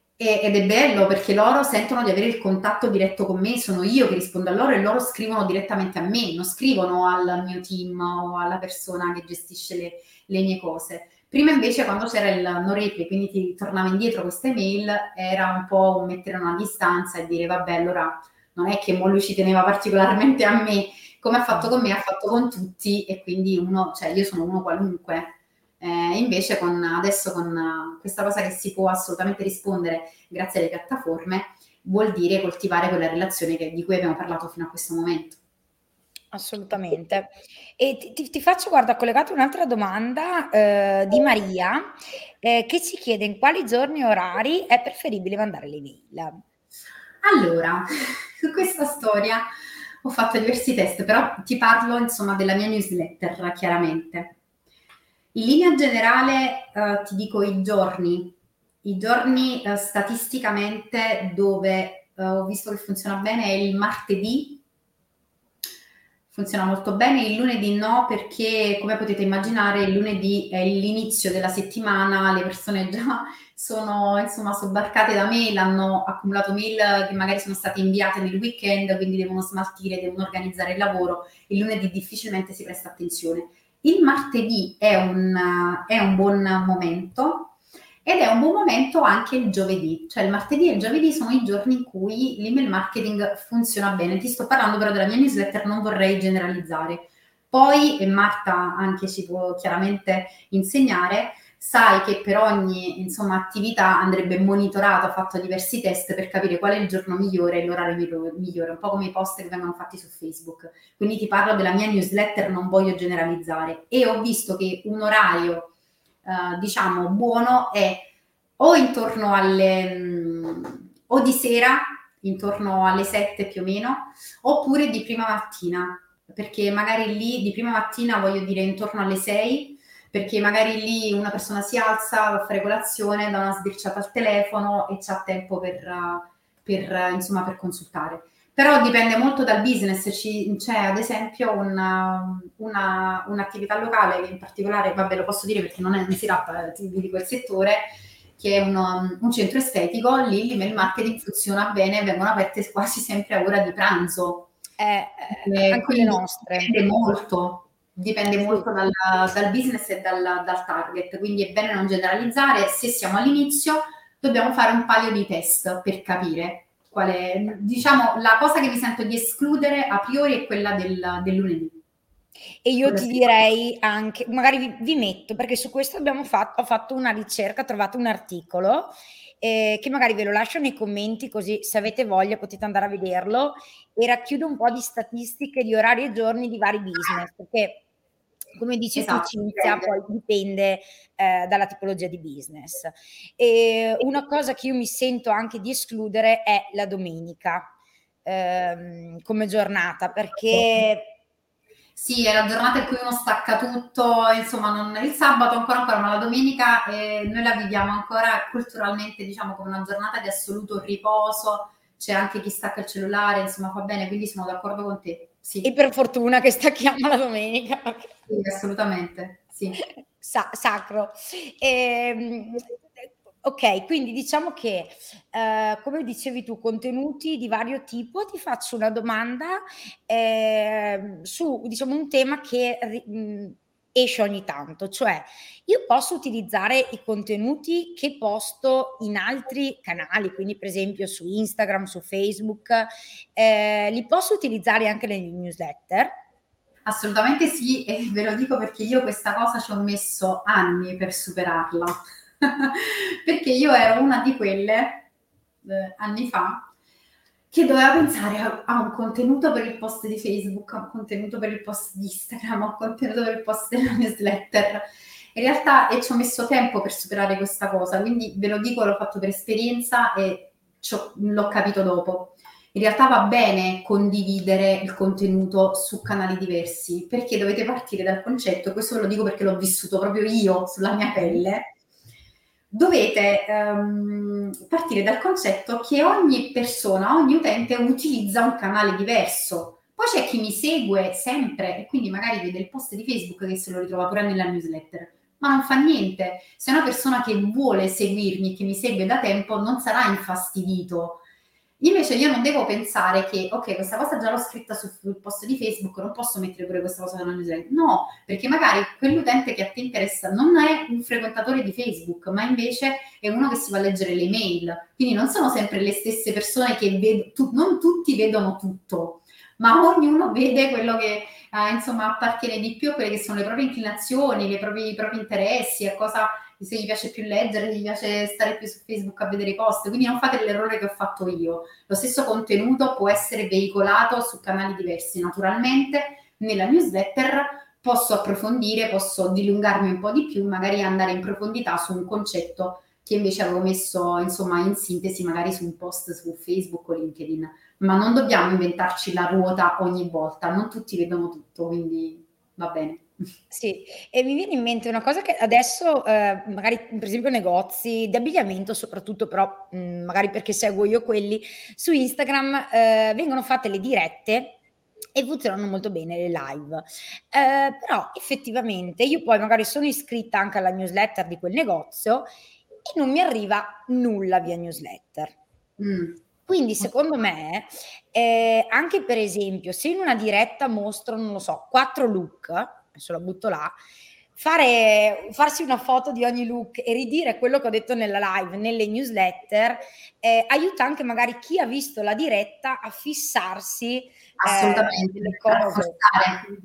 Ed è bello perché loro sentono di avere il contatto diretto con me, sono io che rispondo a loro e loro scrivono direttamente a me, non scrivono al mio team o alla persona che gestisce le, le mie cose. Prima invece quando c'era il no reply, quindi ti tornava indietro questa email, era un po' un mettere una distanza e dire vabbè, allora non è che mo lui ci teneva particolarmente a me, come ha fatto con me, ha fatto con tutti e quindi uno, cioè io sono uno qualunque. Eh, invece con, adesso con uh, questa cosa che si può assolutamente rispondere grazie alle piattaforme, vuol dire coltivare quella relazione che, di cui abbiamo parlato fino a questo momento. Assolutamente. E ti, ti- ti faccio, guarda, collegato un'altra domanda eh, di Maria eh, che ci chiede in quali giorni e orari è preferibile mandare le mail. Allora, su questa storia ho fatto diversi test, però ti parlo insomma della mia newsletter, chiaramente. In linea generale eh, ti dico i giorni, i giorni eh, statisticamente dove eh, ho visto che funziona bene è il martedì, funziona molto bene, il lunedì no perché come potete immaginare il lunedì è l'inizio della settimana, le persone già sono insomma sobbarcate da mail, hanno accumulato mail che magari sono state inviate nel weekend, quindi devono smaltire, devono organizzare il lavoro, il lunedì difficilmente si presta attenzione. Il martedì è un, è un buon momento ed è un buon momento anche il giovedì, cioè il martedì e il giovedì sono i giorni in cui l'email marketing funziona bene. Ti sto parlando però della mia newsletter, non vorrei generalizzare. Poi, e Marta anche ci può chiaramente insegnare, sai che per ogni insomma, attività andrebbe monitorato, fatto diversi test per capire qual è il giorno migliore e l'orario migliore, un po' come i post che vengono fatti su Facebook. Quindi ti parlo della mia newsletter, non voglio generalizzare. E ho visto che un orario, eh, diciamo, buono è o intorno alle... Mh, o di sera, intorno alle sette più o meno, oppure di prima mattina, perché magari lì di prima mattina voglio dire intorno alle sei, perché magari lì una persona si alza, va a fare colazione, dà una sbirciata al telefono e c'ha tempo per, per, insomma, per consultare. Però dipende molto dal business, Ci, c'è ad esempio una, una, un'attività locale che in particolare, vabbè lo posso dire perché non, è, non si tratta di quel settore, che è un, un centro estetico, lì l'email marketing funziona bene, vengono aperte quasi sempre a ora di pranzo. Eh, eh, Eh, anche le quindi nostre. dipende molto, dipende Sì. molto dal, dal business e dal, dal target, quindi è bene non generalizzare. Se siamo all'inizio dobbiamo fare un paio di test per capire qual è, diciamo, la cosa che mi sento di escludere a priori è quella del, del lunedì. E io ti direi anche, magari vi, vi metto, perché su questo abbiamo fatto, ho fatto una ricerca, ho trovato un articolo eh, che magari ve lo lascio nei commenti, così se avete voglia potete andare a vederlo, e racchiude un po' di statistiche di orari e giorni di vari business, perché come dici tu, Esatto, Cinzia, dipende. poi dipende eh, dalla tipologia di business. E una cosa che io mi sento anche di escludere è la domenica ehm, come giornata, perché sì, è la giornata in cui uno stacca tutto, insomma, non, il sabato ancora ancora, ma la domenica eh, noi la viviamo ancora culturalmente, diciamo, come una giornata di assoluto riposo, c'è anche chi stacca il cellulare, insomma, va bene, quindi sono d'accordo con te, sì. E per fortuna che stacchiamo la domenica. Sì, assolutamente, sì. Sa- sacro. Ehm, ok, quindi diciamo che, eh, come dicevi tu, contenuti di vario tipo, ti faccio una domanda eh, su, diciamo, un tema che mh, esce ogni tanto, cioè io posso utilizzare i contenuti che posto in altri canali, quindi per esempio su Instagram, su Facebook, eh, li posso utilizzare anche nelle newsletter? Assolutamente sì, e ve lo dico perché io questa cosa ci ho messo anni per superarla, perché io ero una di quelle, eh, anni fa, che doveva pensare a, a, un contenuto per il post di Facebook, a un contenuto per il post di Instagram, a un contenuto per il post della newsletter. In realtà e ci ho messo tempo per superare questa cosa, quindi ve lo dico, l'ho fatto per esperienza e l'ho capito dopo. In realtà va bene condividere il contenuto su canali diversi, perché dovete partire dal concetto, questo ve lo dico perché l'ho vissuto proprio io sulla mia pelle, dovete um, partire dal concetto che ogni persona, ogni utente utilizza un canale diverso. Poi c'è chi mi segue sempre e quindi magari vede il post di Facebook che se lo ritrova pure nella newsletter, ma non fa niente. Se è una persona che vuole seguirmi, che mi segue da tempo, non sarà infastidito. Invece io non devo pensare che, ok, questa cosa già l'ho scritta sul, sul post di Facebook, non posso mettere pure questa cosa nella newsletter. No, perché magari quell'utente che a te interessa non è un frequentatore di Facebook, ma invece è uno che si va a leggere le email. Quindi non sono sempre le stesse persone che vedono, tu, non tutti vedono tutto, ma ognuno vede quello che eh, insomma appartiene di più a quelle che sono le proprie inclinazioni, le proprie, i propri interessi, a cosa se gli piace più leggere, se gli piace stare più su Facebook a vedere i post, quindi non fate l'errore che ho fatto io. Lo stesso contenuto può essere veicolato su canali diversi. Naturalmente nella newsletter posso approfondire, posso dilungarmi un po' di più, magari andare in profondità su un concetto che invece avevo messo insomma in sintesi magari su un post su Facebook o LinkedIn, ma non dobbiamo inventarci la ruota ogni volta, non tutti vedono tutto, quindi va bene. Sì, e mi viene in mente una cosa che adesso, eh, magari per esempio negozi di abbigliamento, soprattutto però mh, magari perché seguo io quelli, su Instagram eh, vengono fatte le dirette e funzionano molto bene le live. Eh, però effettivamente io poi magari sono iscritta anche alla newsletter di quel negozio e non mi arriva nulla via newsletter. Mm. Quindi secondo me, eh, anche per esempio, se in una diretta mostro, non lo so, quattro look, adesso la butto là, fare, farsi una foto di ogni look e ridire quello che ho detto nella live, nelle newsletter, eh, aiuta anche magari chi ha visto la diretta a fissarsi eh, Assolutamente, le cose. rafforzare.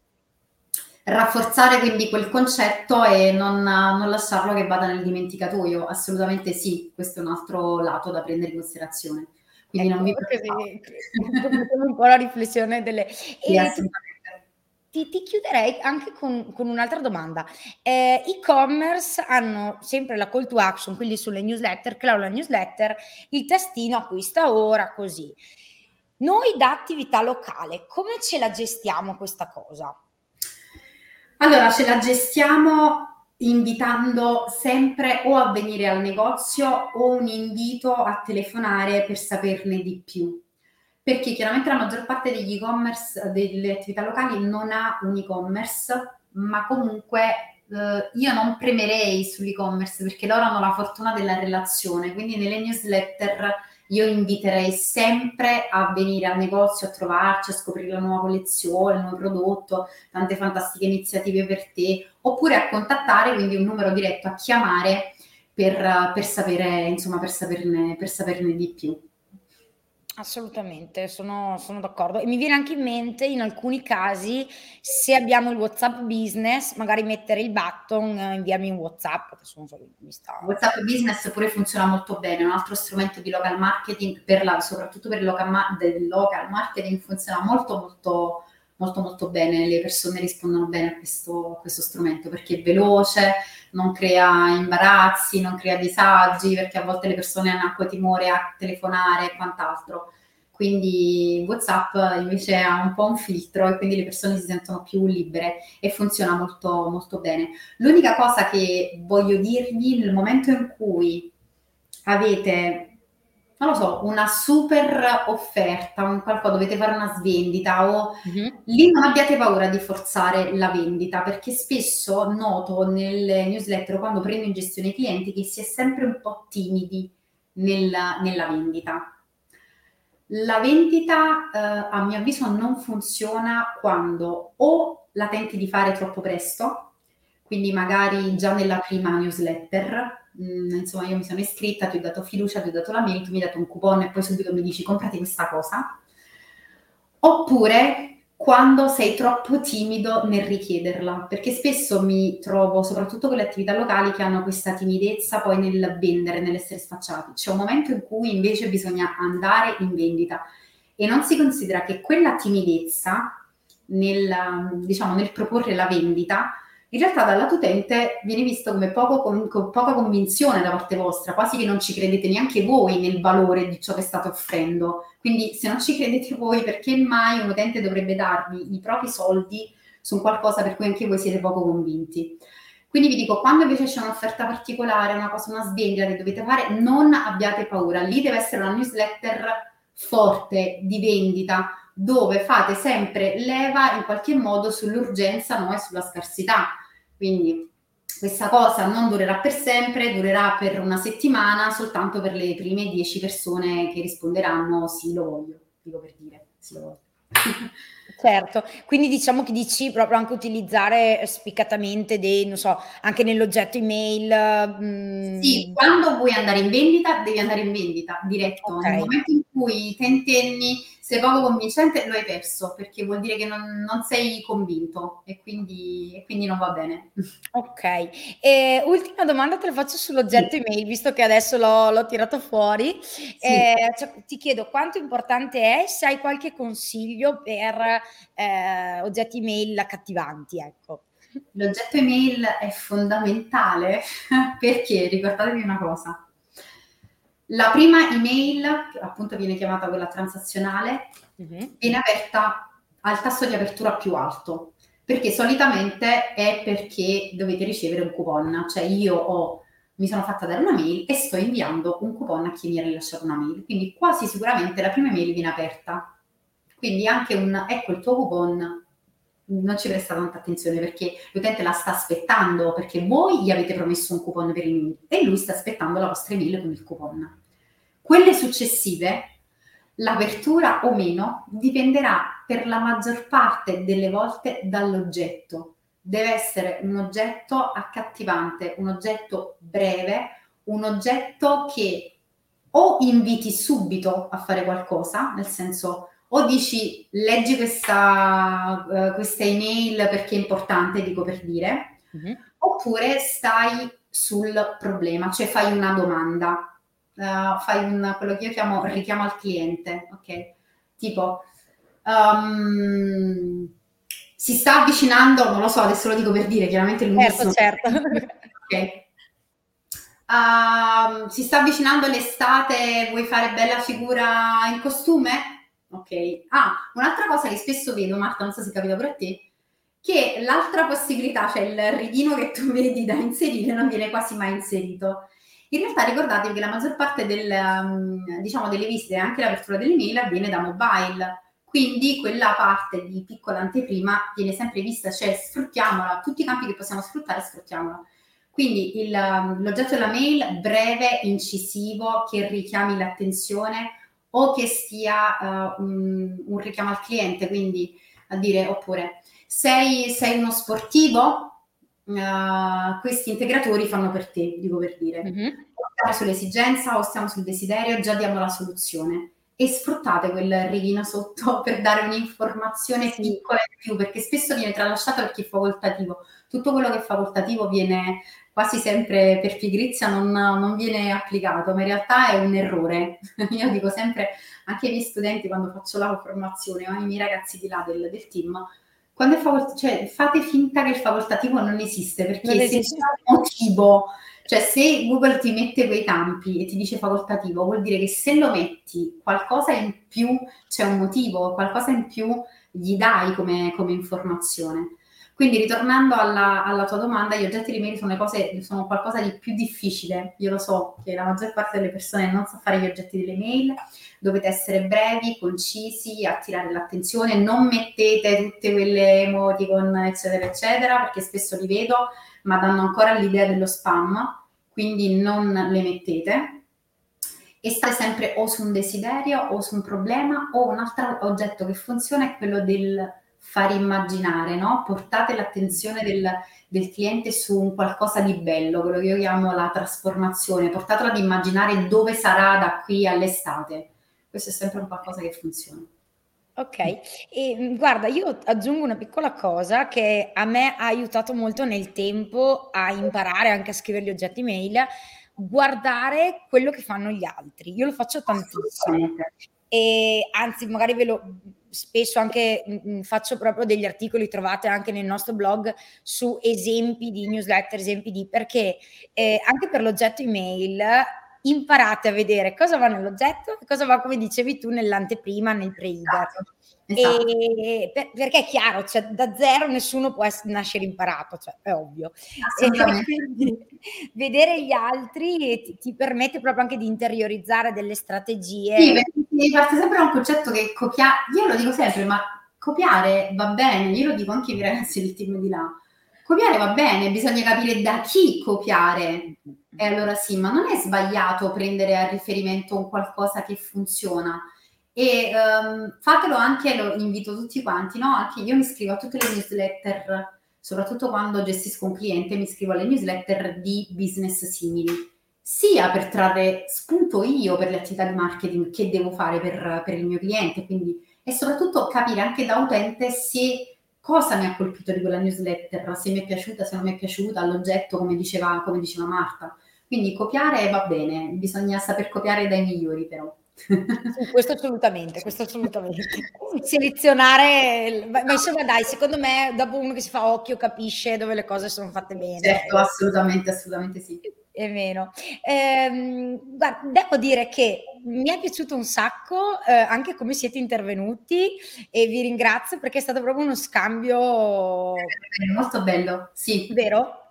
Rafforzare quindi quel concetto e non, non lasciarlo che vada nel dimenticatoio. Assolutamente sì, questo è un altro lato da prendere in considerazione. Quindi Ecco, non vi così preoccupate. un po' la riflessione delle... Sì, E ti, assolutamente. ti- ti chiuderei anche con, con un'altra domanda. Eh, e-commerce hanno sempre la call to action, quindi sulle newsletter, claro, la newsletter, il testino acquista ora, così. Noi da attività locale, come ce la gestiamo questa cosa? Allora, ce la gestiamo invitando sempre o a venire al negozio o un invito a telefonare per saperne di più. Perché chiaramente la maggior parte degli e-commerce, delle attività locali non ha un e-commerce, ma comunque eh, io non premerei sull'e-commerce perché loro hanno la fortuna della relazione, quindi nelle newsletter io inviterei sempre a venire al negozio, a trovarci, a scoprire la nuova collezione, il nuovo prodotto, tante fantastiche iniziative per te, oppure a contattare, quindi un numero diretto a chiamare per, per sapere, insomma, per saperne, per saperne di più. Assolutamente, sono, sono d'accordo. E mi viene anche in mente, in alcuni casi, se abbiamo il WhatsApp business, magari mettere il button, eh, inviarmi un WhatsApp. Adesso non so, mi sta... WhatsApp Business pure funziona molto bene, è un altro strumento di local marketing, per la, soprattutto per il local, ma- del local marketing funziona molto molto molto molto bene, le persone rispondono bene a questo, a questo strumento perché è veloce, non crea imbarazzi, non crea disagi, perché a volte le persone hanno anche timore a telefonare e quant'altro. Quindi WhatsApp invece ha un po' un filtro e quindi le persone si sentono più libere e funziona molto molto bene. L'unica cosa che voglio dirvi nel momento in cui avete, non lo so, una super offerta, un qualcosa, dovete fare una svendita o Mhm. lì non abbiate paura di forzare la vendita, perché spesso noto nelle newsletter quando prendo in gestione i clienti che si è sempre un po' timidi nella, nella vendita. La vendita, eh, a mio avviso, non funziona quando o la tenti di fare troppo presto, quindi magari già nella prima newsletter, mh, insomma io mi sono iscritta, ti ho dato fiducia, ti ho dato la mail, tu mi hai dato un coupon e poi subito mi dici comprati questa cosa, oppure quando sei troppo timido nel richiederla, perché spesso mi trovo, soprattutto con le attività locali, che hanno questa timidezza poi nel vendere, nell'essere sfacciati. C'è un momento in cui invece bisogna andare in vendita e non si considera che quella timidezza nel, diciamo, nel proporre la vendita in realtà dal lato utente viene visto come poco con, con poca convinzione da parte vostra, quasi che non ci credete neanche voi nel valore di ciò che state offrendo. Quindi se non ci credete voi, perché mai un utente dovrebbe darvi i propri soldi su qualcosa per cui anche voi siete poco convinti? Quindi vi dico, quando invece c'è un'offerta particolare, una cosa, una svendita che dovete fare, non abbiate paura. Lì deve essere una newsletter forte di vendita, dove fate sempre leva in qualche modo sull'urgenza, no? E sulla scarsità. Quindi questa cosa non durerà per sempre, durerà per una settimana, soltanto per le prime dieci persone che risponderanno sì, lo voglio, dico per dire, sì, lo voglio. Certo, quindi diciamo che dici proprio anche utilizzare spiccatamente dei, non so, anche nell'oggetto email, Sì, mhmm quando vuoi andare in vendita, devi andare in vendita, diretto. Nel Okay. momento in cui tentenni, sei poco convincente, lo hai perso, perché vuol dire che non non sei convinto e quindi e quindi non va bene. Okay. E ultima domanda te la faccio Sì. sull'oggetto email, visto che adesso l'ho l'ho tirato fuori. Sì. Ehm, cioè ti chiedo quanto importante è, se hai qualche consiglio per, ehm, oggetti email accattivanti, ecco. L'oggetto email è fondamentale perché ricordatevi una cosa: la prima email, che appunto viene chiamata quella transazionale, Mh-mh. viene aperta al tasso di apertura più alto, perché solitamente è perché dovete ricevere un coupon, cioè io ho mi sono fatta dare una mail e sto inviando un coupon a chi mi ha rilasciato una mail, quindi quasi sicuramente la prima mail viene aperta. Quindi anche un "ecco il tuo coupon", non ci presta tanta attenzione perché l'utente la sta aspettando, perché voi gli avete promesso un coupon per email e lui sta aspettando la vostra email con il coupon. Quelle successive, l'apertura o meno dipenderà per la maggior parte delle volte dall'oggetto. Deve essere un oggetto accattivante, un oggetto breve, un oggetto che o inviti subito a fare qualcosa, nel senso o dici leggi questa, uh, questa email perché è importante, dico per dire, Mh-mh. oppure stai sul problema, cioè fai una domanda, uh, fai un, quello che io chiamo richiamo al cliente, ok? Tipo, um, si sta avvicinando, non lo so, adesso lo dico per dire, chiaramente è Certo, lunghissimo. certo. Ok. Uh, si sta avvicinando l'estate, vuoi fare bella figura in costume? Ok. Ah, un'altra cosa che spesso vedo, Marta, non so se capita pure a te, che l'altra possibilità, cioè il righino che tu vedi da inserire, non viene quasi mai inserito. In realtà ricordatevi che la maggior parte del, um, diciamo, delle visite e anche l'apertura delle mail avviene da mobile, quindi quella parte di piccola anteprima viene sempre vista, cioè sfruttiamola, tutti i campi che possiamo sfruttare, sfruttiamola. Quindi il, l'oggetto della mail breve, incisivo, che richiami l'attenzione o che sia uh, un, un richiamo al cliente, quindi a dire, oppure sei, sei uno sportivo? Uh, questi integratori fanno per te, dico per dire. Mh-mh. O stiamo sull'esigenza o stiamo sul desiderio, già diamo la soluzione. E sfruttate quel righino sotto per dare un'informazione Sì. piccola in più, perché spesso viene tralasciato perché è facoltativo. Tutto quello che è facoltativo viene quasi sempre per pigrizia non, non viene applicato, ma in realtà è un errore. Io dico sempre, anche ai miei studenti quando faccio la formazione, o ai miei ragazzi di là del, del team, quando è facoltativo, cioè fate finta che il facoltativo non esiste, perché Non se esiste. c'è un motivo, cioè se Google ti mette quei campi e ti dice facoltativo, vuol dire che se lo metti qualcosa in più, c'è un motivo, qualcosa in più gli dai come, come informazione. Quindi ritornando alla, alla tua domanda, gli oggetti di mail sono, le cose, sono qualcosa di più difficile. Io lo so che la maggior parte delle persone non sa fare gli oggetti delle mail, dovete essere brevi, concisi, attirare l'attenzione, non mettete tutte quelle emoticon eccetera eccetera, perché spesso li vedo, ma danno ancora l'idea dello spam, quindi non le mettete. E state sempre o su un desiderio o su un problema, o un altro oggetto che funziona è quello del far immaginare, no? Portate l'attenzione del, del cliente su un qualcosa di bello, quello che io chiamo la trasformazione, portatelo ad immaginare dove sarà da qui all'estate. Questo è sempre un qualcosa che funziona. Okay. E, guarda, io aggiungo una piccola cosa che a me ha aiutato molto nel tempo a imparare anche a scrivere gli oggetti mail, guardare quello che fanno gli altri. Io lo faccio tantissimo. Assolutamente. E anzi, magari ve lo spesso anche mh, faccio proprio degli articoli, trovate anche nel nostro blog, su esempi di newsletter, esempi di perché eh, anche per l'oggetto email imparate a vedere cosa va nell'oggetto e cosa va, come dicevi tu, nell'anteprima, nel pre-header. Esatto. Esatto. E per, perché è chiaro, cioè, da zero nessuno può essere, nascere imparato, cioè, è ovvio. E quindi vedere gli altri ti, ti permette proprio anche di interiorizzare delle strategie. Sì, perché parte sempre da un concetto che copiare, io lo dico sempre, ma copiare va bene, io lo dico anche ai ragazzi del team di là, Copiare va bene, bisogna capire da chi copiare. E allora sì, ma non è sbagliato prendere a riferimento un qualcosa che funziona. E um, fatelo anche, lo invito tutti quanti, no? Anche io mi iscrivo a tutte le newsletter, soprattutto quando gestisco un cliente, mi iscrivo alle newsletter di business simili, sia per trarre spunto io per le attività di marketing che devo fare per, per il mio cliente, quindi, e soprattutto capire anche da utente se cosa mi ha colpito di quella newsletter, se mi è piaciuta, se non mi è piaciuta, l'oggetto, come diceva, come diceva Marta. Quindi copiare va bene, bisogna saper copiare dai migliori però. Sì, questo assolutamente, questo assolutamente. Selezionare, ma, ma insomma dai, secondo me dopo uno che si fa occhio capisce dove le cose sono fatte bene. Certo, assolutamente, assolutamente sì. E meno. Ehm, guarda, devo dire che mi è piaciuto un sacco eh, anche come siete intervenuti e vi ringrazio perché è stato proprio uno scambio molto bello, sì. Vero?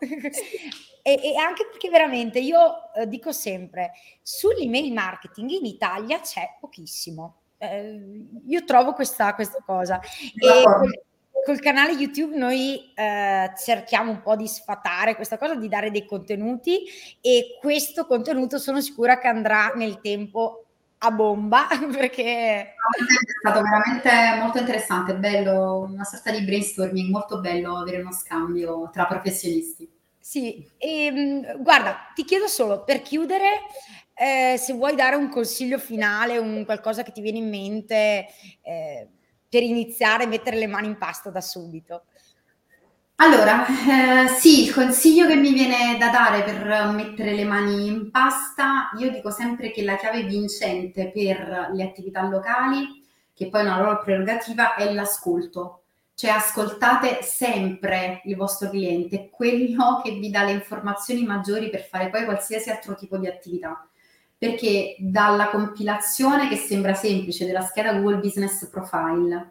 E, e anche perché veramente io eh, dico sempre, sull'email marketing in Italia c'è pochissimo. Eh, io trovo questa, questa cosa. E col, col canale YouTube noi eh, cerchiamo un po' di sfatare questa cosa, di dare dei contenuti e questo contenuto sono sicura che andrà nel tempo a bomba perché è stato veramente molto interessante, bello, una sorta di brainstorming, molto bello avere uno scambio tra professionisti. Sì, e, guarda, ti chiedo solo per chiudere, eh, se vuoi dare un consiglio finale, un qualcosa che ti viene in mente eh, per iniziare a mettere le mani in pasta da subito. Allora, eh, sì, il consiglio che mi viene da dare per mettere le mani in pasta, io dico sempre che la chiave vincente per le attività locali, che poi è una loro prerogativa, è l'ascolto. Cioè ascoltate sempre il vostro cliente, quello che vi dà le informazioni maggiori per fare poi qualsiasi altro tipo di attività. Perché dalla compilazione, che sembra semplice, della scheda Google Business Profile,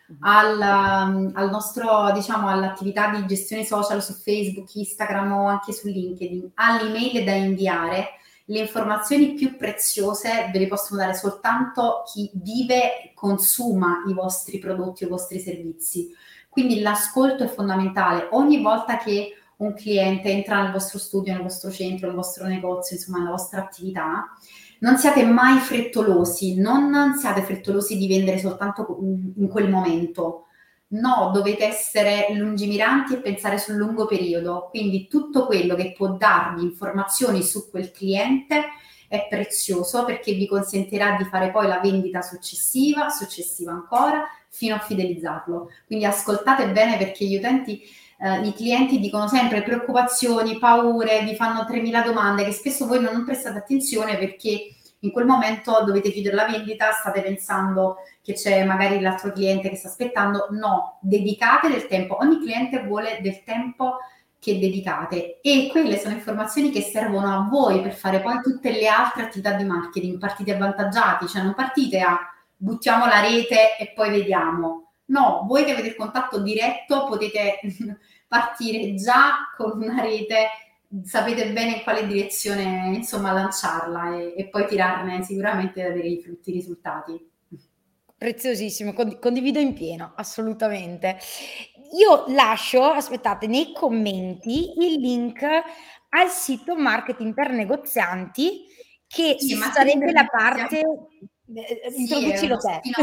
al, al nostro, diciamo, all'attività di gestione social su Facebook, Instagram o anche su LinkedIn, all'email da inviare, le informazioni più preziose ve le possono dare soltanto chi vive e consuma i vostri prodotti o i vostri servizi. Quindi l'ascolto è fondamentale. Ogni volta che un cliente entra nel vostro studio, nel vostro centro, nel vostro negozio, insomma, nella vostra attività, non siate mai frettolosi, non siate frettolosi di vendere soltanto in quel momento. No, dovete essere lungimiranti e pensare sul lungo periodo. Quindi tutto quello che può darvi informazioni su quel cliente è prezioso perché vi consentirà di fare poi la vendita successiva, successiva ancora, fino a fidelizzarlo. Quindi ascoltate bene perché gli utenti, eh, i clienti dicono sempre preoccupazioni, paure, vi fanno tremila domande che spesso voi non prestate attenzione perché in quel momento dovete chiudere la vendita, state pensando che c'è magari l'altro cliente che sta aspettando. No, dedicate del tempo. Ogni cliente vuole del tempo che dedicate e quelle sono informazioni che servono a voi per fare poi tutte le altre attività di marketing. Partite avvantaggiati, cioè non partite a buttiamo la rete e poi vediamo. No, voi che avete il contatto diretto potete partire già con una rete, sapete bene in quale direzione insomma lanciarla e, e poi tirarne sicuramente ad avere i frutti, i risultati. Preziosissimo, condivido in pieno, assolutamente. Io lascio, aspettate, nei commenti il link al sito Marketing per Negozianti che sì, sarebbe la parte eh, introducilo sì, te.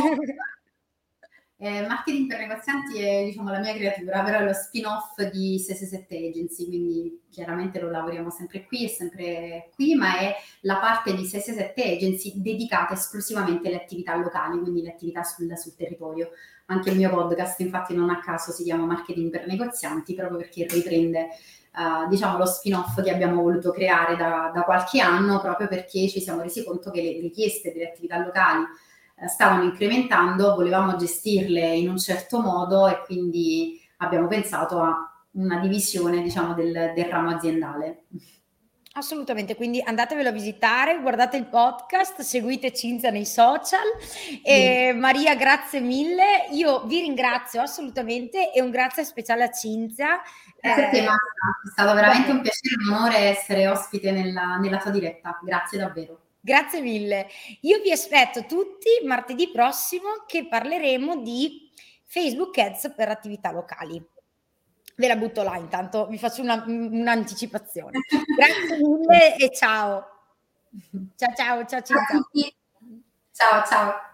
Eh, marketing per negozianti è, diciamo, la mia creatura, però è lo spin-off di sei sei sette Agency, quindi chiaramente lo lavoriamo sempre qui, è sempre qui, ma è la parte di sei sei sette Agency dedicata esclusivamente alle attività locali, quindi le attività sul, sul territorio. Anche il mio podcast, infatti, non a caso si chiama Marketing per negozianti, proprio perché riprende Uh, diciamo lo spin-off che abbiamo voluto creare da, da qualche anno, proprio perché ci siamo resi conto che le richieste delle attività locali uh, stavano incrementando, volevamo gestirle in un certo modo e quindi abbiamo pensato a una divisione, diciamo, del, del ramo aziendale. Assolutamente, quindi andatevelo a visitare, guardate il podcast, seguite Cinzia nei social. E Maria, grazie mille. Io vi ringrazio assolutamente e un grazie speciale a Cinzia. Grazie a te, Marta. È stato veramente un piacere e un onore essere ospite nella, nella tua diretta. Grazie davvero. Grazie mille. Io vi aspetto tutti martedì prossimo che parleremo di Facebook Ads per attività locali. Ve la butto là intanto, vi faccio una un'anticipazione. Grazie mille e ciao. Ciao, ciao, ciao Ciao a Cinzia. tutti. Ciao, ciao.